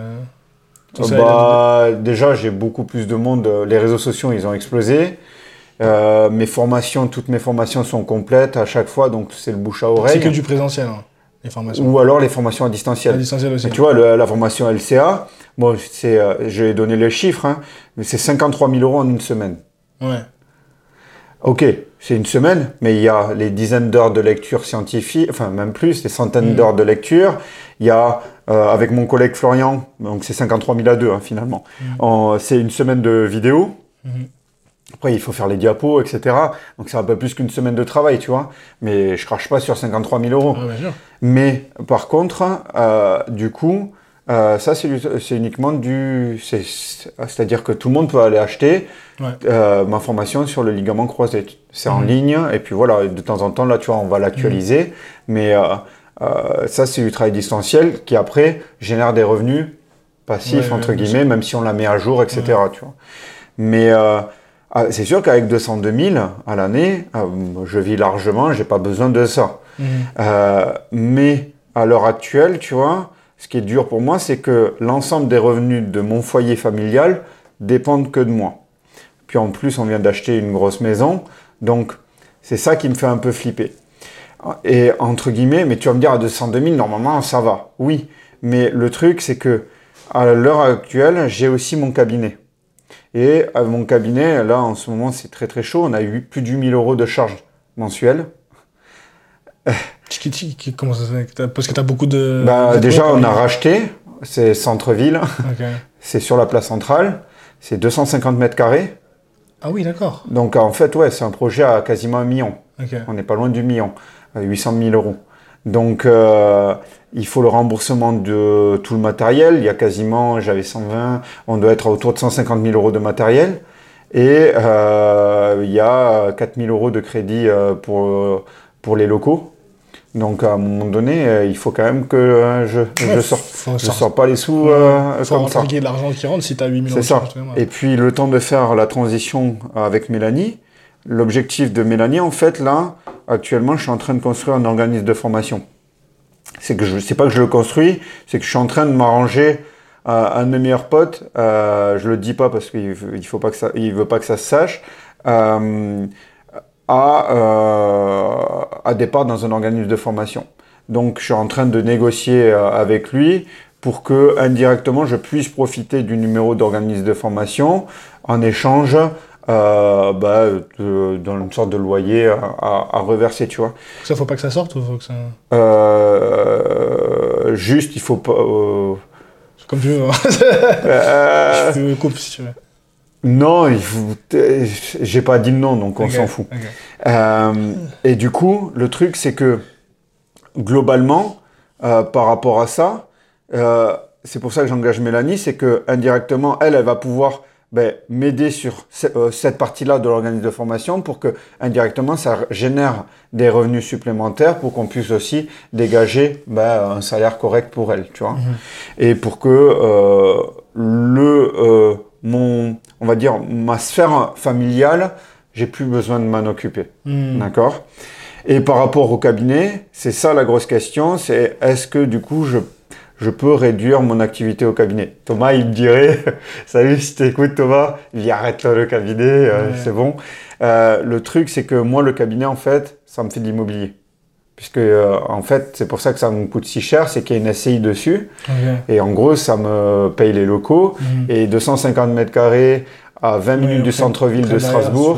Déjà, j'ai beaucoup plus de monde. Les réseaux sociaux, ils ont explosé. Toutes mes formations sont complètes à chaque fois, donc c'est le bouche à oreille. C'est que du présentiel, hein, les formations. Ou alors les formations à distanciel. À distanciel aussi. Mais tu vois, la formation LCA, moi, je vais donner les chiffres, hein, mais c'est 53 000 euros en une semaine. Ouais. Ok, c'est une semaine, mais il y a les dizaines d'heures de lecture scientifique, enfin même plus, des centaines d'heures de lecture. Il y a, avec mon collègue Florian, donc c'est 53 000 à 2 hein, finalement. C'est une semaine de vidéo. Après, il faut faire les diapos, etc. Donc c'est un peu plus qu'une semaine de travail, tu vois. Mais je crache pas sur 53 000 euros. Ah, bien sûr. Mais par contre, du coup, ça c'est uniquement c'est-à-dire que tout le monde peut aller acheter ma formation sur le ligament croisé. C'est en ligne et puis voilà, de temps en temps là, tu vois, on va l'actualiser. Mais ça c'est du travail distanciel qui après génère des revenus passifs entre guillemets, même si on la met à jour, etc. Tu vois. Mais c'est sûr qu'avec 202 000 à l'année, je vis largement, j'ai pas besoin de ça. Mais à l'heure actuelle, tu vois, ce qui est dur pour moi, c'est que l'ensemble des revenus de mon foyer familial dépendent que de moi. Puis en plus, on vient d'acheter une grosse maison, donc c'est ça qui me fait un peu flipper. Et entre guillemets, mais tu vas me dire à 202 000, normalement, ça va. Oui, mais le truc, c'est que à l'heure actuelle, j'ai aussi mon cabinet. Et à mon cabinet, là, en ce moment, c'est très très chaud. On a eu plus de 8 000 euros de charges mensuelles. Comment ça se fait? Parce que tu as beaucoup de... déjà, on a racheté. C'est centre-ville. Okay. C'est sur la place centrale. C'est 250 mètres carrés. Ah oui, d'accord. Donc, en fait, ouais, c'est un projet à quasiment 1 million. Okay. On n'est pas loin du million. 800 000 euros. Donc, il faut le remboursement de tout le matériel. Il y a quasiment, j'avais 120, on doit être autour de 150 000 euros de matériel. Et il y a 4 000 euros de crédit pour les locaux. Donc, à un moment donné, il faut quand même que je sors pas les sous comme ça. Il faut de l'argent qui rentre si tu as 8 000 euros. C'est ça. Et puis, le temps de faire la transition avec Mélanie, l'objectif de Mélanie, en fait, là, actuellement, je suis en train de construire un organisme de formation. C'est pas que je le construis, c'est que je suis en train de m'arranger un de mes meilleurs potes. Je le dis pas parce qu'il veut pas que ça se sache. À départ dans un organisme de formation. Donc, je suis en train de négocier avec lui pour que indirectement je puisse profiter du numéro d'organisme de formation en échange dans une sorte de loyer à reverser, tu vois. Ça, faut pas que ça sorte ou faut que ça... Juste, il faut pas... Comme tu veux. Je te coupe si tu veux. Non, j'ai pas dit non, donc on s'en fout. Et du coup, le truc, c'est que globalement, par rapport à ça, c'est pour ça que j'engage Mélanie, c'est que indirectement, elle va pouvoir m'aider sur cette partie-là de l'organisme de formation pour que indirectement ça génère des revenus supplémentaires pour qu'on puisse aussi dégager un salaire correct pour elle, tu vois. Et pour que on va dire ma sphère familiale, j'ai plus besoin de m'en occuper, d'accord. Et par rapport au cabinet, c'est ça la grosse question, c'est est-ce que du coup je peux réduire mon activité au cabinet. Thomas, il me dirait, salut, si t'écoutes Thomas, il dit arrête là le cabinet, c'est bon. Le truc, c'est que moi, le cabinet, en fait, ça me fait de l'immobilier. Puisque, en fait, c'est pour ça que ça me coûte si cher, c'est qu'il y a une SCI dessus. Et en gros, ça me paye les locaux. Et 250 mètres carrés à 20 minutes du centre-ville de Strasbourg.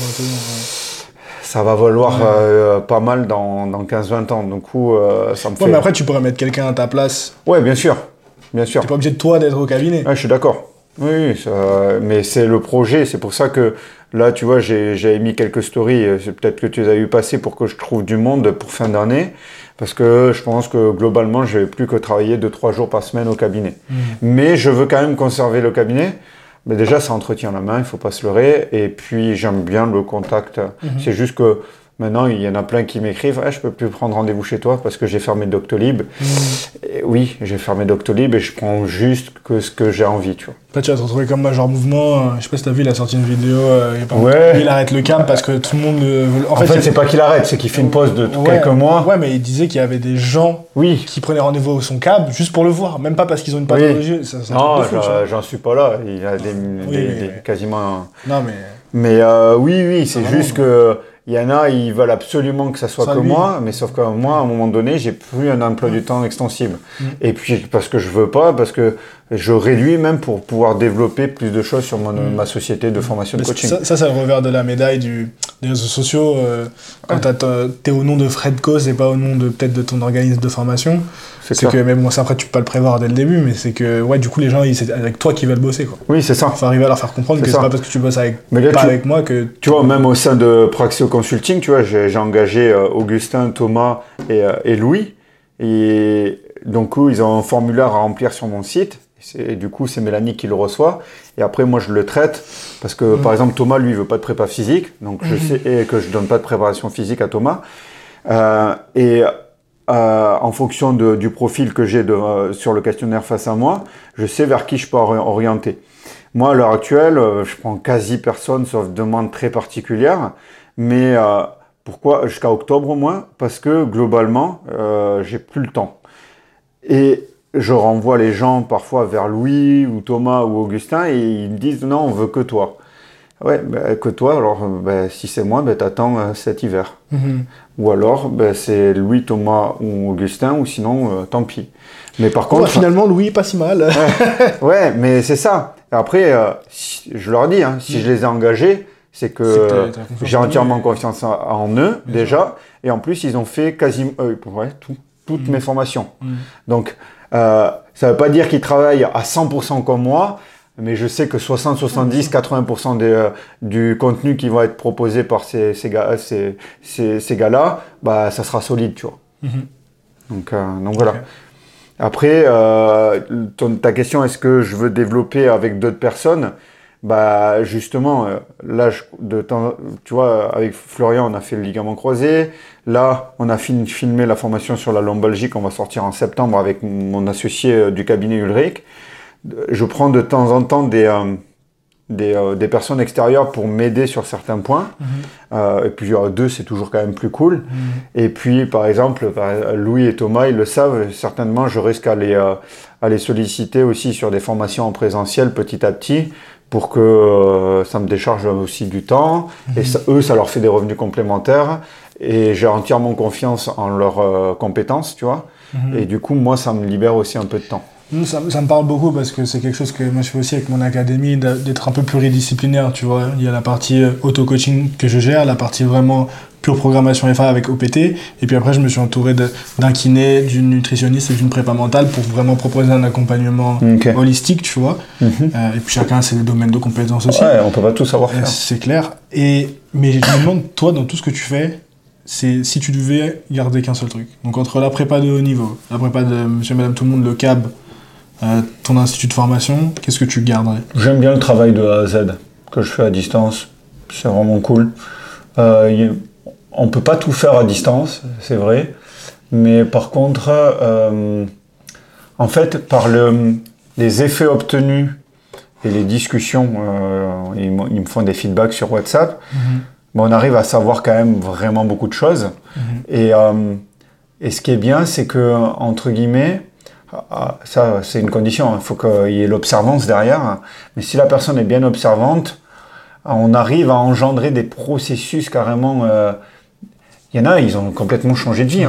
Ça va valoir pas mal dans 15-20 ans. Du coup, ça me fait... mais après, tu pourrais mettre quelqu'un à ta place. Ouais, bien sûr. Bien sûr. T'es pas obligé de toi d'être au cabinet. Ouais, je suis d'accord. Oui, mais c'est le projet. C'est pour ça que là, tu vois, j'ai mis quelques stories. Peut-être que tu les as eu passer pour que je trouve du monde pour fin d'année. Parce que je pense que globalement, je vais plus que travailler 2-3 jours par semaine au cabinet. Mais je veux quand même conserver le cabinet. Mais déjà, ça entretient la main, il faut pas se leurrer. Et puis, j'aime bien le contact. C'est juste que maintenant, il y en a plein qui m'écrivent je peux plus prendre rendez-vous chez toi parce que j'ai fermé Doctolib. Et oui, j'ai fermé Doctolib et je prends juste que ce que j'ai envie, tu vois. Là, tu vas te retrouver comme moi, genre Mouvement. Je sais pas si t'as vu, il a sorti une vidéo. Il arrête le camp parce que tout le monde veut. En fait, c'est pas qu'il arrête, c'est qu'il fait une pause de quelques mois. Ouais, mais il disait qu'il y avait des gens qui prenaient rendez-vous à son cab juste pour le voir, même pas parce qu'ils ont une pathologie. Non, j'en suis pas là. Il a quasiment. Non, mais oui, c'est juste que. Il y en a, ils veulent absolument que ça soit comme moi, mais sauf que moi, à un moment donné, j'ai plus un emploi du temps extensible. Et puis, parce que je veux pas, parce que je réduis même pour pouvoir développer plus de choses sur ma société de formation de coaching. Ça, c'est le revers de la médaille des réseaux sociaux. Quand t'es au nom de Fredco, c'est pas au nom peut-être de ton organisme de formation. C'est que, mais bon, ça, après, tu peux pas le prévoir dès le début, mais c'est que, du coup, les gens, c'est avec toi qu'ils veulent bosser, quoi. Oui, c'est ça. Faut arriver à leur faire comprendre que c'est pas parce que tu bosses avec moi que... Tu vois, même au sein de Praxio Consulting, tu vois, j'ai engagé Augustin, Thomas et Louis. Et donc, ils ont un formulaire à remplir sur mon site. Et du coup, c'est Mélanie qui le reçoit. Et après, moi, je le traite. Parce que, par exemple, Thomas, lui, il veut pas de prépa physique. Donc, je sais que je donne pas de préparation physique à Thomas. En fonction du profil que j'ai sur le questionnaire face à moi, je sais vers qui je peux orienter. Moi, à l'heure actuelle, je prends quasi personne, sauf demande très particulière. Mais pourquoi jusqu'à octobre au moins? Parce que globalement, j'ai plus le temps. Et je renvoie les gens parfois vers Louis ou Thomas ou Augustin et ils me disent non, on veut que toi. Ouais, que toi, alors si c'est moi, t'attends cet hiver. Ou alors, c'est Louis, Thomas ou Augustin, ou sinon, tant pis. Mais par contre... finalement, Louis, pas si mal. Ouais, mais c'est ça. Après, je leur dis, si je les ai engagés, c'est que j'ai entièrement confiance en eux, déjà. Et en plus, ils ont fait quasiment toutes mes formations. Donc, ça veut pas dire qu'ils travaillent à 100% comme moi, mais je sais que 60, 70, 80% du contenu qui va être proposé par ces gars-là, ça sera solide, tu vois. Donc voilà. Après, ta question, est-ce que je veux développer avec d'autres personnes? Justement, là, tu vois, avec Florian, on a fait le ligament croisé. Là, on a filmé la formation sur la lombalgie qu'on va sortir en septembre avec mon associé du cabinet Ulrich. Je prends de temps en temps des personnes extérieures pour m'aider sur certains points. Et puis deux, c'est toujours quand même plus cool. Et puis, par exemple, Louis et Thomas, ils le savent, certainement, je risque à les solliciter aussi sur des formations en présentiel petit à petit pour que ça me décharge aussi du temps. Et ça leur fait des revenus complémentaires. Et j'ai entièrement confiance en leurs compétences, tu vois. Et du coup, moi, ça me libère aussi un peu de temps. Ça me parle beaucoup parce que c'est quelque chose que moi je fais aussi avec mon académie, d'être un peu pluridisciplinaire, tu vois. Il y a la partie auto-coaching que je gère, la partie vraiment pure programmation FA avec OPT, et puis après je me suis entouré d'un kiné, d'une nutritionniste et d'une prépa mentale pour vraiment proposer un accompagnement holistique, tu vois. Et puis chacun c'est des domaines de compétences aussi. Ouais, on peut pas tout savoir faire. C'est clair. Mais je me demande, toi, dans tout ce que tu fais, c'est si tu devais garder qu'un seul truc. Donc entre la prépa de haut niveau, la prépa de monsieur, madame, tout le monde, le CAB, ton institut de formation, qu'est-ce que tu garderais? J'aime bien le travail de A à Z que je fais à distance. C'est vraiment cool. On peut pas tout faire à distance, c'est vrai. Mais par contre, en fait, par les effets obtenus et les discussions, ils me font des feedbacks sur WhatsApp, mais on arrive à savoir quand même vraiment beaucoup de choses. Et ce qui est bien, c'est que, entre guillemets, ça c'est une condition, il faut qu'il y ait l'observance derrière, mais si la personne est bien observante, on arrive à engendrer des processus carrément... Il y en a, ils ont complètement changé de vie.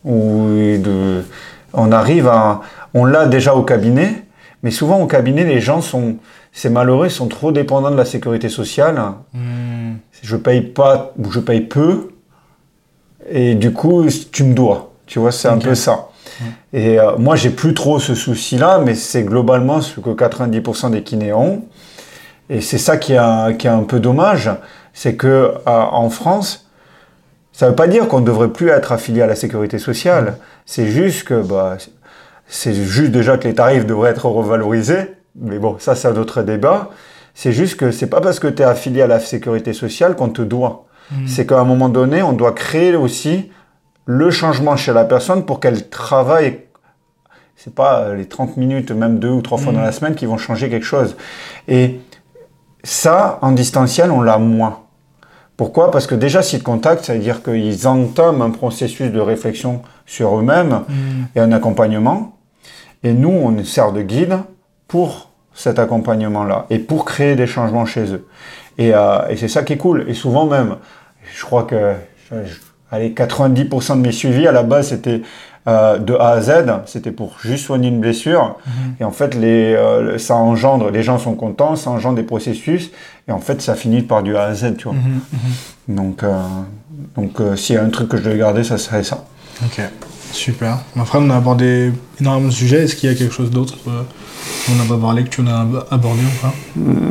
On l'a déjà au cabinet, mais souvent au cabinet, les gens c'est malheureux, ils sont trop dépendants de la sécurité sociale. Je paye pas, ou je paye peu, et du coup, tu me dois. Tu vois, c'est un peu ça. Et moi, j'ai plus trop ce souci-là, mais c'est globalement ce que 90% des kinés ont. Et c'est ça qui est un peu dommage, c'est que en France, ça veut pas dire qu'on ne devrait plus être affilié à la sécurité sociale. C'est juste que, c'est juste déjà que les tarifs devraient être revalorisés. Mais bon, ça, c'est un autre débat. C'est juste que c'est pas parce que tu es affilié à la sécurité sociale qu'on te doit. C'est qu'à un moment donné, on doit créer aussi le changement chez la personne pour qu'elle travaille. C'est pas les 30 minutes, même 2 ou 3 fois dans la semaine qui vont changer quelque chose. Et ça, en distanciel, on l'a moins. Pourquoi? Parce que déjà, s'ils te contactent, ça veut dire qu'ils entament un processus de réflexion sur eux-mêmes et un accompagnement. Et nous, on sert de guide pour cet accompagnement-là et pour créer des changements chez eux. Et c'est ça qui est cool. Et souvent même, je crois que 90% de mes suivis, à la base, c'était de A à Z. C'était pour juste soigner une blessure. Et en fait, ça engendre, les gens sont contents, ça engendre des processus. Et en fait, ça finit par du A à Z, tu vois. Donc, s'il y a un truc que je devais garder, ça serait ça. Ok, super. Après, on a abordé énormément de sujets. Est-ce qu'il y a quelque chose d'autre on n'a pas parlé, que tu en as abordé ou pas?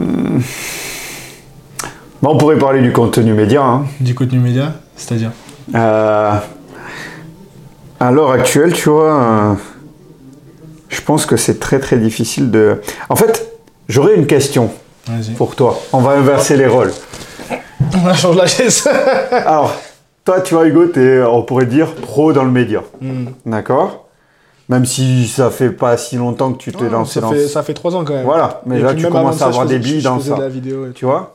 On pourrait parler du contenu média. Hein. Du contenu média, c'est-à-dire à l'heure actuelle, tu vois, je pense que c'est très très difficile de... En fait, j'aurais une question pour toi. On va inverser les rôles. On change la chaise. Alors, toi, tu vois, Hugo, on pourrait dire pro dans le média. D'accord? Même si ça fait pas si longtemps que tu t'es lancé dans... Ça fait 3 ans quand même. Voilà, mais là, tu commences à avoir des billes dans ça. De la vidéo tu vois?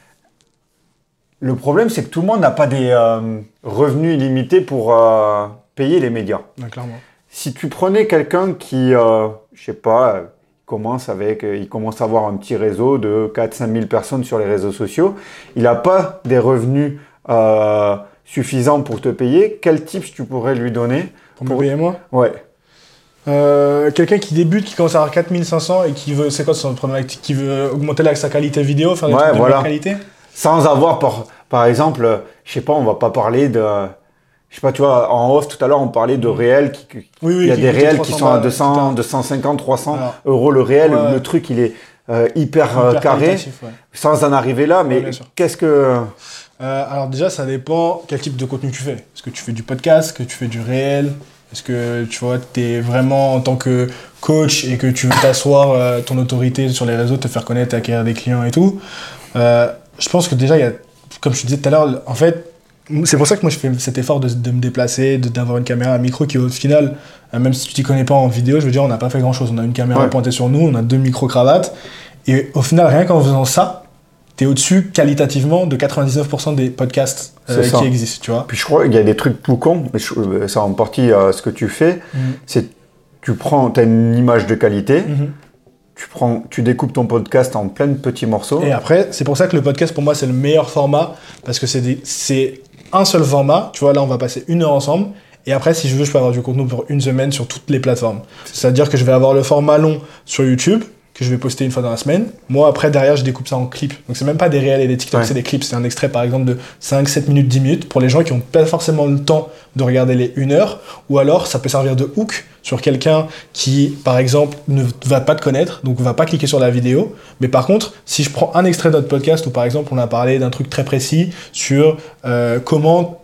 Le problème, c'est que tout le monde n'a pas des revenus illimités pour payer les médias. Clairement. Si tu prenais quelqu'un qui, je sais pas, il commence à avoir un petit réseau de 4-5 000 personnes sur les réseaux sociaux, il n'a pas des revenus suffisants pour te payer, quel tips tu pourrais lui donner pour me payer moi? Ouais. Quelqu'un qui débute, qui commence à avoir 4500 et qui veut, c'est quoi son problématique, qui veut augmenter sa qualité vidéo, faire des trucs de meilleure qualité? Sans avoir, par exemple, je sais pas, on va pas parler de... Je sais pas, tu vois, en off, tout à l'heure, on parlait de réels. Il y a des réels qui sont à 200, 250, 300 euros le réel. Où le truc, il est hyper carré, sans en arriver là. Mais qu'est-ce que... alors déjà, ça dépend quel type de contenu tu fais. Est-ce que tu fais du podcast, que tu fais du réel? Est-ce que, tu vois, t'es vraiment en tant que coach et que tu veux t'asseoir ton autorité sur les réseaux, te faire connaître, acquérir des clients et tout? Je pense que déjà, il y a, comme je te disais tout à l'heure, en fait, c'est pour ça que moi je fais cet effort de me déplacer, d'avoir une caméra, un micro qui au final, même si tu t'y connais pas en vidéo, je veux dire, on n'a pas fait grand chose. On a une caméra pointée sur nous, on a 2 micro-cravates. Et au final, rien qu'en faisant ça, t'es au-dessus qualitativement de 99% des podcasts qui existent, tu vois. Puis je crois qu'il y a des trucs tout cons, mais ça en partie ce que tu fais, c'est t'as une image de qualité. Tu découpes ton podcast en plein de petits morceaux. Et après, c'est pour ça que le podcast, pour moi, c'est le meilleur format, parce que c'est un seul format. Tu vois, là, on va passer 1 heure ensemble. Et après, si je veux, je peux avoir du contenu pour 1 semaine sur toutes les plateformes. C'est-à-dire que je vais avoir le format long sur YouTube, que je vais poster 1 fois dans la semaine. Moi, après, derrière, je découpe ça en clips. Donc, c'est même pas des réels et des TikTok, c'est des clips. C'est un extrait, par exemple, de 5, 7 minutes, 10 minutes, pour les gens qui n'ont pas forcément le temps de regarder les 1 heure, ou alors ça peut servir de hook sur quelqu'un qui, par exemple, ne va pas te connaître, donc va pas cliquer sur la vidéo. Mais par contre, si je prends un extrait de notre podcast où, par exemple, on a parlé d'un truc très précis sur comment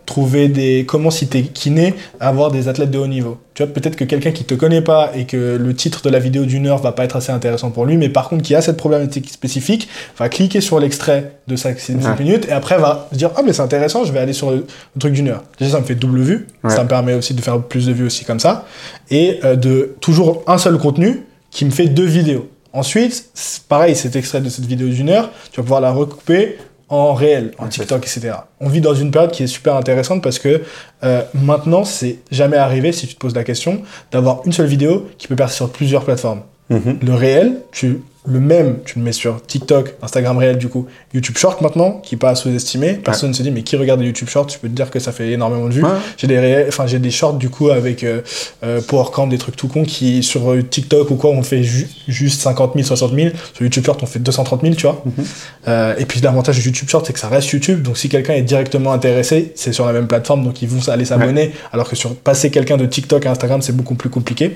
si t'es kiné, avoir des athlètes de haut niveau. Tu vois, peut-être que quelqu'un qui te connaît pas et que le titre de la vidéo d'1 heure va pas être assez intéressant pour lui, mais par contre, qui a cette problématique spécifique, va cliquer sur l'extrait de 5 minutes et après va se dire « Ah, mais c'est intéressant, je vais aller sur le truc d'1 heure. » Déjà, ça me fait double vue. Ça me permet aussi de faire plus de vues aussi comme ça. Et de toujours un seul contenu qui me fait 2 vidéos. Ensuite, pareil, cet extrait de cette vidéo d'1 heure, tu vas pouvoir la recouper en réel, en TikTok, etc. On vit dans une période qui est super intéressante parce que maintenant, c'est jamais arrivé, si tu te poses la question, d'avoir une seule vidéo qui peut percer sur plusieurs plateformes. Le réel, tu le mets sur TikTok, Instagram réel du coup, YouTube Short maintenant, qui n'est pas à sous-estimer. Personne ne se dit mais qui regarde YouTube Short, je peux te dire que ça fait énormément de vues. J'ai des shorts du coup avec PowerCamp, des trucs tout cons qui sur TikTok ou quoi on fait juste 50 000, 60 000. Sur YouTube Short on fait 230 000, tu vois. Et puis l'avantage de YouTube Short c'est que ça reste YouTube, donc si quelqu'un est directement intéressé, c'est sur la même plateforme, donc ils vont aller s'abonner, alors que sur passer quelqu'un de TikTok à Instagram c'est beaucoup plus compliqué.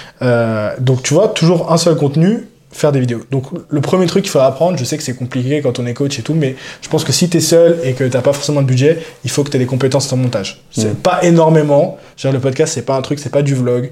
Donc tu vois, toujours un seul contenu, faire des vidéos. Donc le premier truc qu'il faut apprendre, je sais que c'est compliqué quand on est coach et tout, mais je pense que si t'es seul et que t'as pas forcément de budget, il faut que t'aies des compétences en montage. C'est pas énormément. Genre le podcast c'est pas un truc, c'est pas du vlog.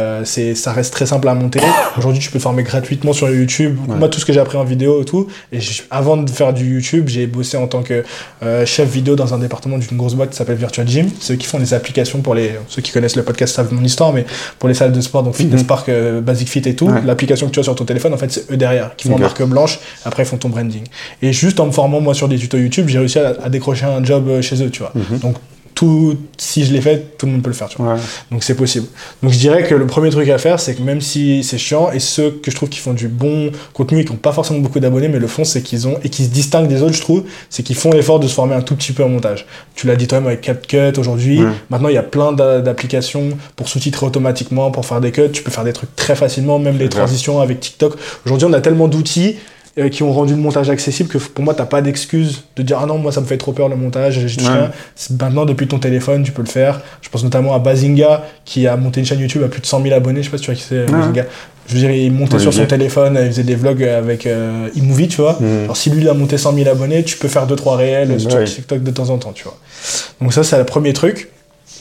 Ça reste très simple à monter. Aujourd'hui tu peux former gratuitement sur YouTube. Moi tout ce que j'ai appris en vidéo et tout. Et avant de faire du YouTube, j'ai bossé en tant que chef vidéo dans un département d'une grosse boîte qui s'appelle Virtual Gym. Ceux qui font des applications pour ceux qui connaissent le podcast savent mon histoire, mais pour les salles de sport, donc Fitness Park, Basic Fit et tout, l'application que tu as sur ton téléphone, en fait c'est eux derrière qui font en marque blanche. Après ils font ton branding. Et juste en me formant moi sur des tutos YouTube, j'ai réussi à décrocher un job chez eux, tu vois. Donc si je l'ai fait, tout le monde peut le faire, tu vois. Donc c'est possible. Donc je dirais que le premier truc à faire, c'est que même si c'est chiant, et ceux que je trouve qui font du bon contenu et qui n'ont pas forcément beaucoup d'abonnés, mais le font, c'est qu'ils ont, et qui se distinguent des autres, je trouve, c'est qu'ils font l'effort de se former un tout petit peu en montage. Tu l'as dit toi-même avec CapCut aujourd'hui. Maintenant, il y a plein d'applications pour sous-titrer automatiquement, pour faire des cuts. Tu peux faire des trucs très facilement, même les transitions avec TikTok. Aujourd'hui, on a tellement d'outils qui ont rendu le montage accessible que pour moi t'as pas d'excuse de dire ah non moi ça me fait trop peur le montage, maintenant depuis ton téléphone tu peux le faire. Je pense notamment à Bazinga qui a monté une chaîne YouTube à plus de 100 000 abonnés, je sais pas si tu vois qui c'est. Bazinga, je veux dire il montait sur son téléphone, il faisait des vlogs avec eMovie, tu vois. Alors si lui il a monté 100 000 abonnés, tu peux faire 2-3 réels sur TikTok de temps en temps, tu vois. Donc ça c'est le premier truc.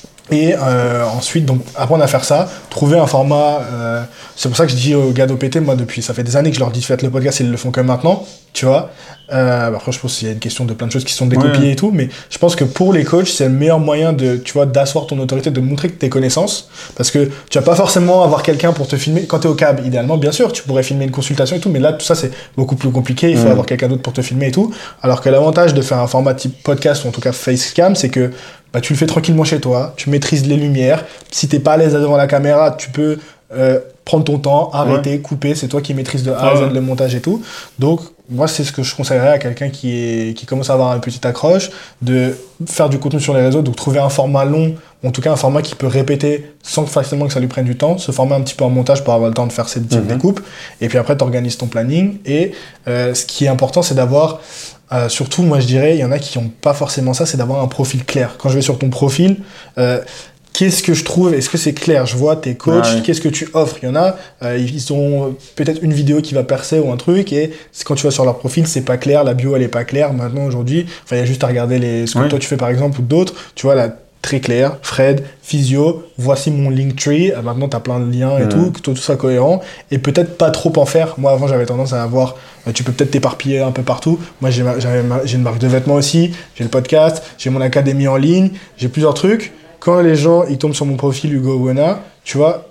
Et ensuite, donc, apprendre à faire ça, trouver un format. C'est pour ça que je dis aux gars d'OPT, moi, ça fait des années que je leur dis faites le podcast, ils le font que maintenant, tu vois. Après, je pense qu'il y a une question de plein de choses qui sont décopiées et tout, mais je pense que pour les coachs, c'est le meilleur moyen d'asseoir ton autorité, de montrer tes connaissances, parce que tu vas pas forcément avoir quelqu'un pour te filmer. Quand t'es au CAB, idéalement, bien sûr, tu pourrais filmer une consultation et tout, mais là, tout ça, c'est beaucoup plus compliqué, il faut avoir quelqu'un d'autre pour te filmer et tout. Alors que l'avantage de faire un format type podcast, ou en tout cas facecam, c'est que tu le fais tranquillement chez toi, tu maîtrises les lumières. Si t'es pas à l'aise devant la caméra, tu peux prendre ton temps, arrêter, couper. C'est toi qui maîtrises de A à Z le montage et tout. Donc, moi, c'est ce que je conseillerais à quelqu'un qui commence à avoir une petite accroche, de faire du contenu sur les réseaux, donc trouver un format long, en tout cas un format qui peut répéter sans forcément que ça lui prenne du temps, se former un petit peu en montage pour avoir le temps de faire cette petite découpe. Et puis après, tu organises ton planning. Et ce qui est important, c'est d'avoir... surtout, moi je dirais, il y en a qui n'ont pas forcément ça, c'est d'avoir un profil clair. Quand je vais sur ton profil, qu'est-ce que je trouve? Est-ce que c'est clair? Je vois tes coachs, qu'est-ce que tu offres? Il y en a, ils ont peut-être une vidéo qui va percer ou un truc, et quand tu vas sur leur profil, c'est pas clair, la bio elle est pas claire. Maintenant, aujourd'hui, il y a juste à regarder ce que toi tu fais par exemple ou d'autres, tu vois là. Très clair, Fred, physio, voici mon Linktree, maintenant t'as plein de liens et tout ça cohérent, et peut-être pas trop en faire. Moi avant j'avais tendance à avoir, tu peux peut-être t'éparpiller un peu partout. Moi j'ai une marque de vêtements aussi, j'ai le podcast, j'ai mon académie en ligne, j'ai plusieurs trucs. Quand les gens ils tombent sur mon profil Hugo Owona, tu vois,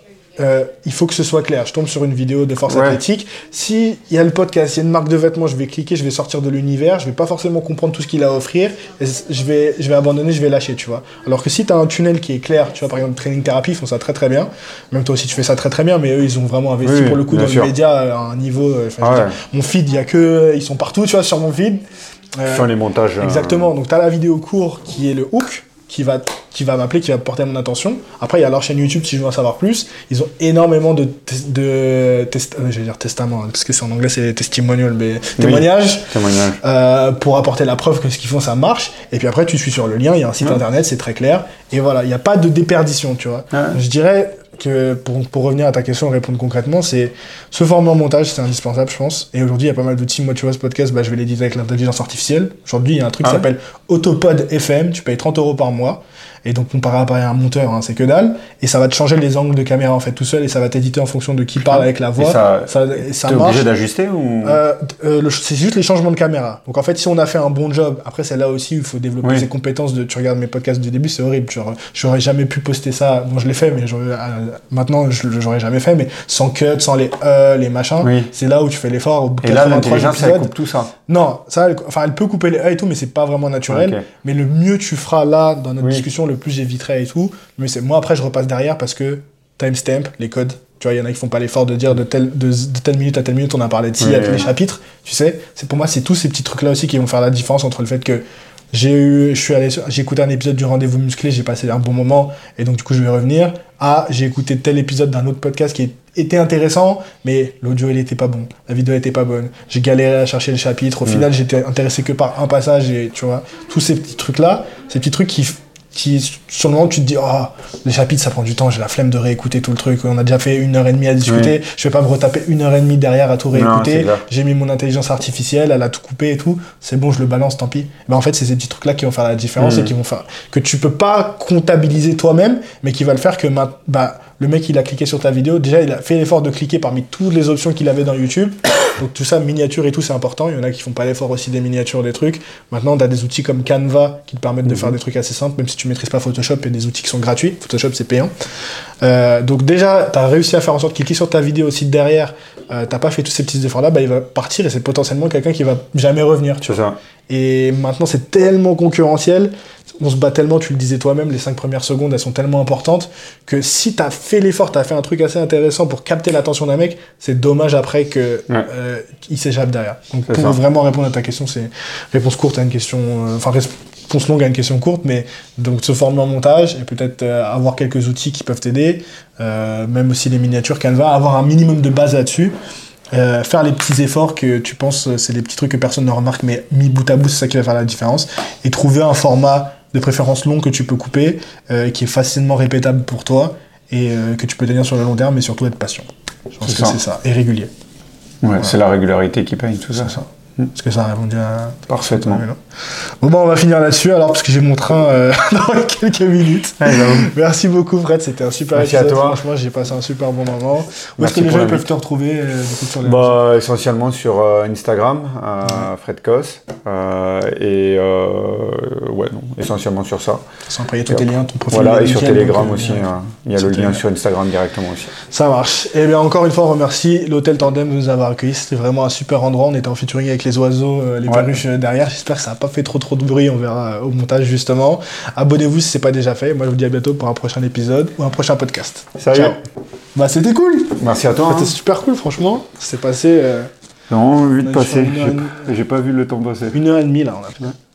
il faut que ce soit clair. Je tombe sur une vidéo de force athlétique. S'il y a le podcast, il y a une marque de vêtements, je vais cliquer, je vais sortir de l'univers, je vais pas forcément comprendre tout ce qu'il a à offrir, et je vais abandonner, je vais lâcher, tu vois. Alors que si tu as un tunnel qui est clair, tu vois, par exemple, Training Therapy, ils font ça très très bien. Même toi aussi, tu fais ça très très bien, mais eux, ils ont vraiment investi pour le coup dans le média à un niveau. Mon feed, il y a ils sont partout, tu vois, sur mon feed. Ils font les montages. Exactement. Donc, tu as la vidéo court qui est le hook. qui va m'appeler, qui va porter mon attention. Après, il y a leur chaîne YouTube si je veux en savoir plus. Ils ont énormément de je vais dire testament, parce que c'est en anglais, c'est testimonial, mais témoignages. Pour apporter la preuve que ce qu'ils font, ça marche. Et puis après, tu suis sur le lien, il y a un site internet, c'est très clair. Et voilà, il n'y a pas de déperdition, tu vois. Je dirais que pour revenir à ta question, répondre concrètement, c'est se former en montage, c'est indispensable, je pense. Et aujourd'hui, il y a pas mal d'outils. Moi, tu vois, ce podcast, je vais l'éditer avec l'intelligence artificielle. Aujourd'hui, il y a un truc qui s'appelle Autopod FM. Tu payes 30 € par mois. Et donc, comparé à un monteur, c'est que dalle. Et ça va te changer les angles de caméra, en fait, tout seul. Et ça va t'éditer en fonction de qui parle avec la voix. Et ça t'es obligé d'ajuster ou c'est juste les changements de caméra. Donc, en fait, si on a fait un bon job, après, c'est là aussi où il faut développer ses compétences. Tu regardes mes podcasts du début, c'est horrible. J'aurais jamais pu poster ça. Bon, je l'ai fait, mais maintenant, j'aurais jamais fait. Mais sans cut, sans les machins, c'est là où tu fais l'effort. Au bout de et là, l'intelligence, elle coupe tout ça. Non, ça, elle peut couper les et tout, mais c'est pas vraiment naturel. Okay. Mais le mieux tu feras là, dans notre discussion, le plus j'éviterai et tout. Mais moi, après, je repasse derrière parce que timestamp, les codes, tu vois, il y en a qui font pas l'effort de dire de telle minute à telle minute, on a parlé de ci, avec les chapitres, tu sais. Pour moi, c'est tous ces petits trucs-là aussi qui vont faire la différence entre le fait que j'ai écouté un épisode du Rendez-vous Musclé, j'ai passé un bon moment, et donc du coup, je vais revenir. J'ai écouté tel épisode d'un autre podcast qui était intéressant, mais l'audio, il était pas bon. La vidéo était pas bonne. J'ai galéré à chercher le chapitre. Au final, j'étais intéressé que par un passage, et tu vois, tous ces petits trucs-là, ces petits trucs qui sur le moment tu te dis les chapitres ça prend du temps, j'ai la flemme de réécouter tout le truc, on a déjà fait 1h30 à discuter, je vais pas me retaper 1h30 derrière à tout réécouter, j'ai mis mon intelligence artificielle, elle a tout coupé et tout, c'est bon, je le balance, tant pis. En fait c'est ces petits trucs là qui vont faire la différence et qui vont faire que tu peux pas comptabiliser toi-même, mais qui va le faire que le mec il a cliqué sur ta vidéo, déjà il a fait l'effort de cliquer parmi toutes les options qu'il avait dans YouTube. Donc tout ça, miniature et tout, c'est important. Il y en a qui font pas l'effort aussi des miniatures, des trucs. Maintenant, tu as des outils comme Canva qui te permettent de faire des trucs assez simples, même si tu maîtrises pas Photoshop, il y a des outils qui sont gratuits. Photoshop, c'est payant. Donc déjà, tu as réussi à faire en sorte qu'il clique sur ta vidéo aussi derrière. T'as pas fait tous ces petits efforts-là, il va partir et c'est potentiellement quelqu'un qui va jamais revenir. C'est ça. Et maintenant, c'est tellement concurrentiel. On se bat tellement, tu le disais toi-même, les 5 premières secondes, elles sont tellement importantes que si t'as fait l'effort, t'as fait un truc assez intéressant pour capter l'attention d'un mec, c'est dommage après que il s'échappe derrière. Donc pour vraiment répondre à ta question, c'est réponse courte à une question, réponse longue à une question courte, mais donc se former en montage et peut-être avoir quelques outils qui peuvent t'aider, même aussi les miniatures Canva, avoir un minimum de base là-dessus. Faire les petits efforts que tu penses c'est des petits trucs que personne ne remarque, mais mis bout à bout c'est ça qui va faire la différence, et trouver un format de préférence long que tu peux couper, qui est facilement répétable pour toi et que tu peux tenir sur le long terme, mais surtout être patient. Je pense que c'est ça, et régulier. Voilà. C'est la régularité qui paye tout ça. C'est ça. Est-ce que ça a répondu à... Parfaitement. Bon, on va finir là-dessus, alors, parce que j'ai mon train dans quelques minutes. Merci beaucoup, Fred, c'était un super épisode. Merci à toi. Franchement, j'ai passé un super bon moment. Où est-ce que les gens peuvent te retrouver sur les essentiellement sur Instagram, Fred Kos. Essentiellement sur ça. Après, il y a tous tes liens, ton profil. Voilà, et sur Telegram aussi. Il y a le lien sur Instagram directement aussi. Ça marche. Et bien, encore une fois, on remercie l'Hôtel Tandem de nous avoir accueillis. C'était vraiment un super endroit. On était en featuring avec les oiseaux, les perruches derrière. J'espère que ça n'a pas fait trop de bruit. On verra au montage, justement. Abonnez-vous si ce n'est pas déjà fait. Moi, je vous dis à bientôt pour un prochain épisode ou un prochain podcast. Salut. Ciao. C'était cool. Merci à toi. C'était super cool, franchement. C'est passé... Non, vite passé. J'ai pas vu le temps passer. 1h30 là, on a fait.